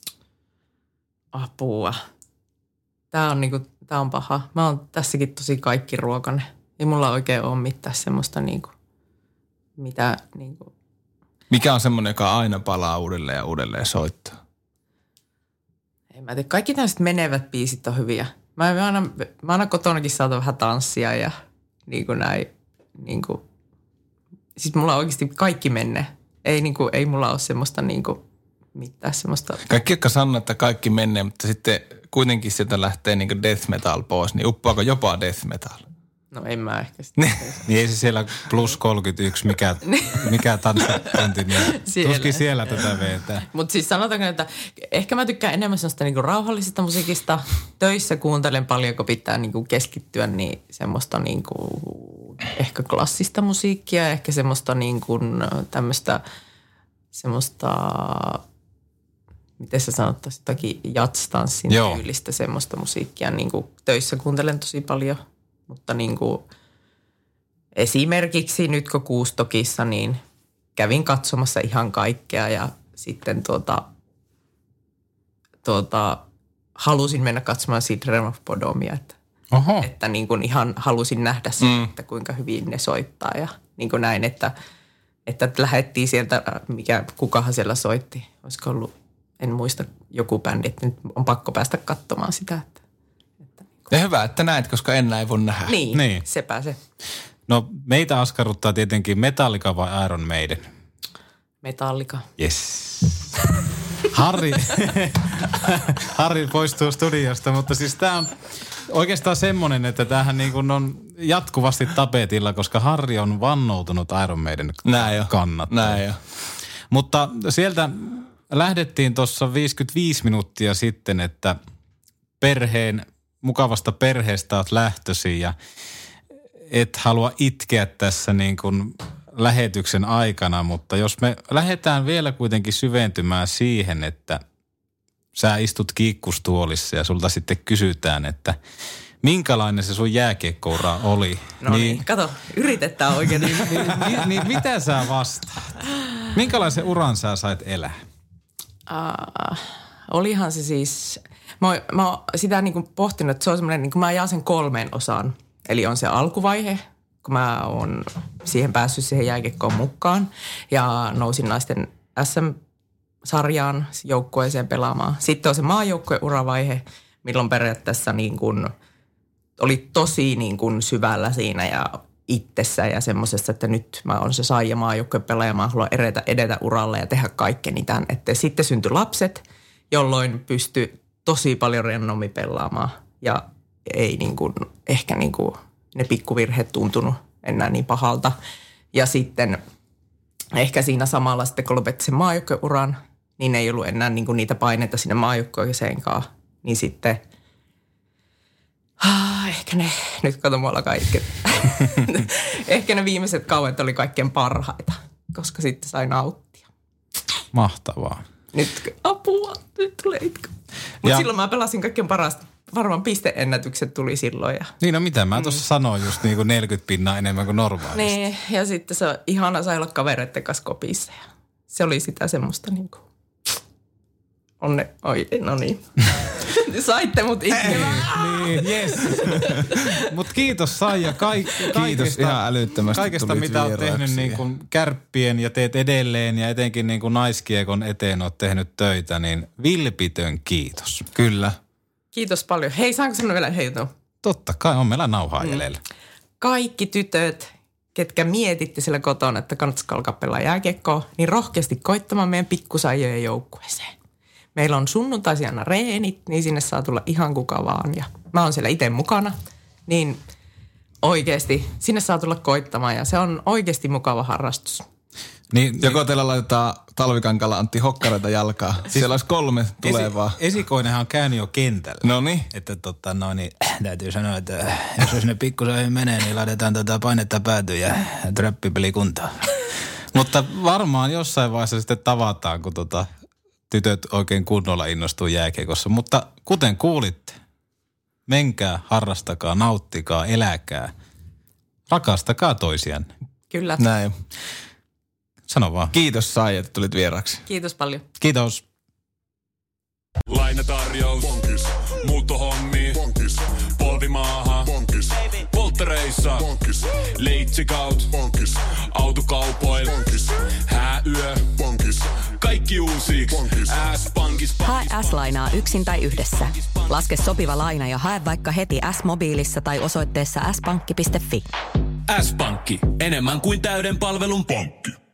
Apua. Tää on, niinku, tää on paha. Mä oon tässäkin tosi kaikkiruokainen. Ei mulla oikein ole mitään semmoista niinku, mitä niinku. Mikä on semmoinen, joka aina palaa uudelleen ja uudelleen soittaa? En mä tiedä. Kaikki tällaiset menevät biisit on hyviä. Mä, mä, aina, mä aina kotonakin saatu vähän tanssia ja niin kuin näin. Niin kuin. Siis mulla oikeasti kaikki menee. Ei, niin kuin, ei mulla ole semmoista niin kuin, mitään semmoista. Kaikki, jotka sanoo, että kaikki menee, mutta sitten kuitenkin sieltä lähtee niin kuin death metal pois, niin uppoako jopa death metal? No en mä ehkä sitä. Niin ei se siellä plus kolmekymmentäyksi, mikä, mikä tanssitunti, niin tuskin siellä tätä vetää. Mutta siis sanotaanko, että ehkä mä tykkään enemmän sellaista niinku rauhallisesta musiikista. Töissä kuuntelen paljon, kun pitää niinku keskittyä, niin semmoista niinku ehkä klassista musiikkia, ehkä semmoista niinku tämmöistä semmoista, miten sä sanottaisiin, jotakin jatstanssin tyylistä semmoista musiikkia. Niinku töissä kuuntelen tosi paljon. Mutta niin kuin esimerkiksi nyt kun Kuustokissa, niin kävin katsomassa ihan kaikkea ja sitten tuota, tuota, halusin mennä katsomaan Children of Bodomia, että, että niin kuin ihan halusin nähdä sen, mm. että kuinka hyvin ne soittaa ja niin kuin näin, että, että lähdettiin sieltä, mikä, kukahan siellä soitti, olisiko ollut, en muista joku bändi, että nyt on pakko päästä katsomaan sitä, että ja hyvä, että näet, koska en näin voi nähdä. Niin, niin, sepä se. No meitä askarruttaa tietenkin Metallica vai Iron Maiden? Metallica. Yes. Harri, Harri poistuu studiosta, mutta siis tämä on oikeastaan semmoinen, että tämähän niin kuin on jatkuvasti tapetilla, koska Harri on vannoutunut Iron Maiden kannattaja. Näin jo. Mutta sieltä lähdettiin tuossa viisikymmentäviisi minuuttia sitten, että perheen mukavasta perheestä olet lähtösi ja et halua itkeä tässä niin kuin lähetyksen aikana, mutta jos me lähdetään vielä kuitenkin syventymään siihen, että sä istut kiikkustuolissa ja sulta sitten kysytään, että minkälainen se sun jääkiekkoura oli. No niin, niin kato, yritetään oikein. niin, niin, niin, niin mitä sä vastaat? Minkälaisen uran sä sait elää? Uh, olihan se siis... Mä oon, mä oon sitä niin kuin pohtinut, että se on semmoinen, niin kuin mä jaan sen kolmeen osaan. Eli on se alkuvaihe, kun mä oon siihen päässyt siihen jääkiekkoon mukaan ja nousin naisten äs äm-sarjaan joukkueeseen pelaamaan. Sitten on se maajoukkueuravaihe, milloin periaatteessa niin kuin oli tosi niin kuin syvällä siinä ja itsessä ja semmoisessa, että nyt mä oon se saija maajoukkuepelaaja, mä haluan edetä, edetä uralle ja tehdä kaikkeni tämän. Että sitten syntyi lapset, jolloin pystyi tosi paljon rennommin pelaamaan ja ei niin kuin, ehkä niin kuin ne pikkuvirheet tuntunut enää niin pahalta. Ja sitten ehkä siinä samalla sitten kun lopetti sen maajoukkueuran, niin ei ollut enää niin kuin niitä paineita sinne maajoukkueeseenkaan. Niin sitten, ah, ehkä ne, nyt kato mua alkaa itkeä. Ehkä ne viimeiset kauet oli kaikkein parhaita, koska sitten sai nauttia. Mahtavaa. Nyt apua, nyt tulee itku. Mutta silloin mä pelasin kaikkein parasta. Varmaan pisteennätykset tuli silloin. Ja... Niin no mitä, mä tuossa mm. sanoin just niin kuin neljäkymmentä pinnaa enemmän kuin normaalisti. Niin, ja sitten se on ihana sai olla kavereiden kanssa kopissa. Ja se oli sitä semmoista niin kuin, onne, oi, no niin. Saitte mut itkemään. Niin, jes. Mut kiitos Saija kaik- kaikesta. Kiitos ihan älyttömästi. Kaikesta mitä oot tehnyt niin kuin kärppien ja teet edelleen ja etenkin niin kuin naiskiekon eteen oot tehnyt töitä, niin vilpitön kiitos. Kyllä. Kiitos paljon. Hei, saanko sanoa vielä heiton? Totta kai, on meillä nauhaa mm. jäljellä. Kaikki tytöt, ketkä mietitte siellä kotona, että kannattaisi alkaa pelaa jääkiekkoa, niin rohkeasti koittamaan meidän pikkusaijojen joukkueeseen. Meillä on sunnuntaisia aina reenit, niin sinne saa tulla ihan kuka vaan. Ja mä oon siellä itse mukana, niin oikeasti sinne saa tulla koittamaan ja se on oikeasti mukava harrastus. Niin, joko teillä laitetaan talvikankalla Antti Hokkareita jalkaa. Siis siellä olisi kolme tulevaa. Esi- esikoinenhan on käynyt jo kentällä. No niin. Että tota no niin, täytyy sanoa, että jos sinne pikkusen menee, niin laitetaan tota painetta päätyä ja trappipeli kuntoon. Mutta varmaan jossain vaiheessa sitten tavataan, kun tota tytöt oikein kunnolla innostuu jääkiekossa. Mutta kuten kuulitte, menkää, harrastakaa, nauttikaa, eläkää. Rakastakaa toisianne. Kyllä. Näin. Sano vaan. Kiitos Saija, että tulit vieraksi. Kiitos paljon. Kiitos. Lainatarjous. Bonkis. Muuttohommi. Bonkis. Polvimaaha. Bonkis. Polttereissa. Bonkis. Leitsikaut. Bonkis. Autokaupoil. Bonkis. Hääyö. Bonkis. Kaikki uusiiksi. S-pankis. Hae Hae S-lainaa yksin tai yhdessä. Laske sopiva laina ja hae vaikka heti S-mobiilissa tai osoitteessa s pankki piste fi. S-pankki. Enemmän kuin täyden palvelun pankki.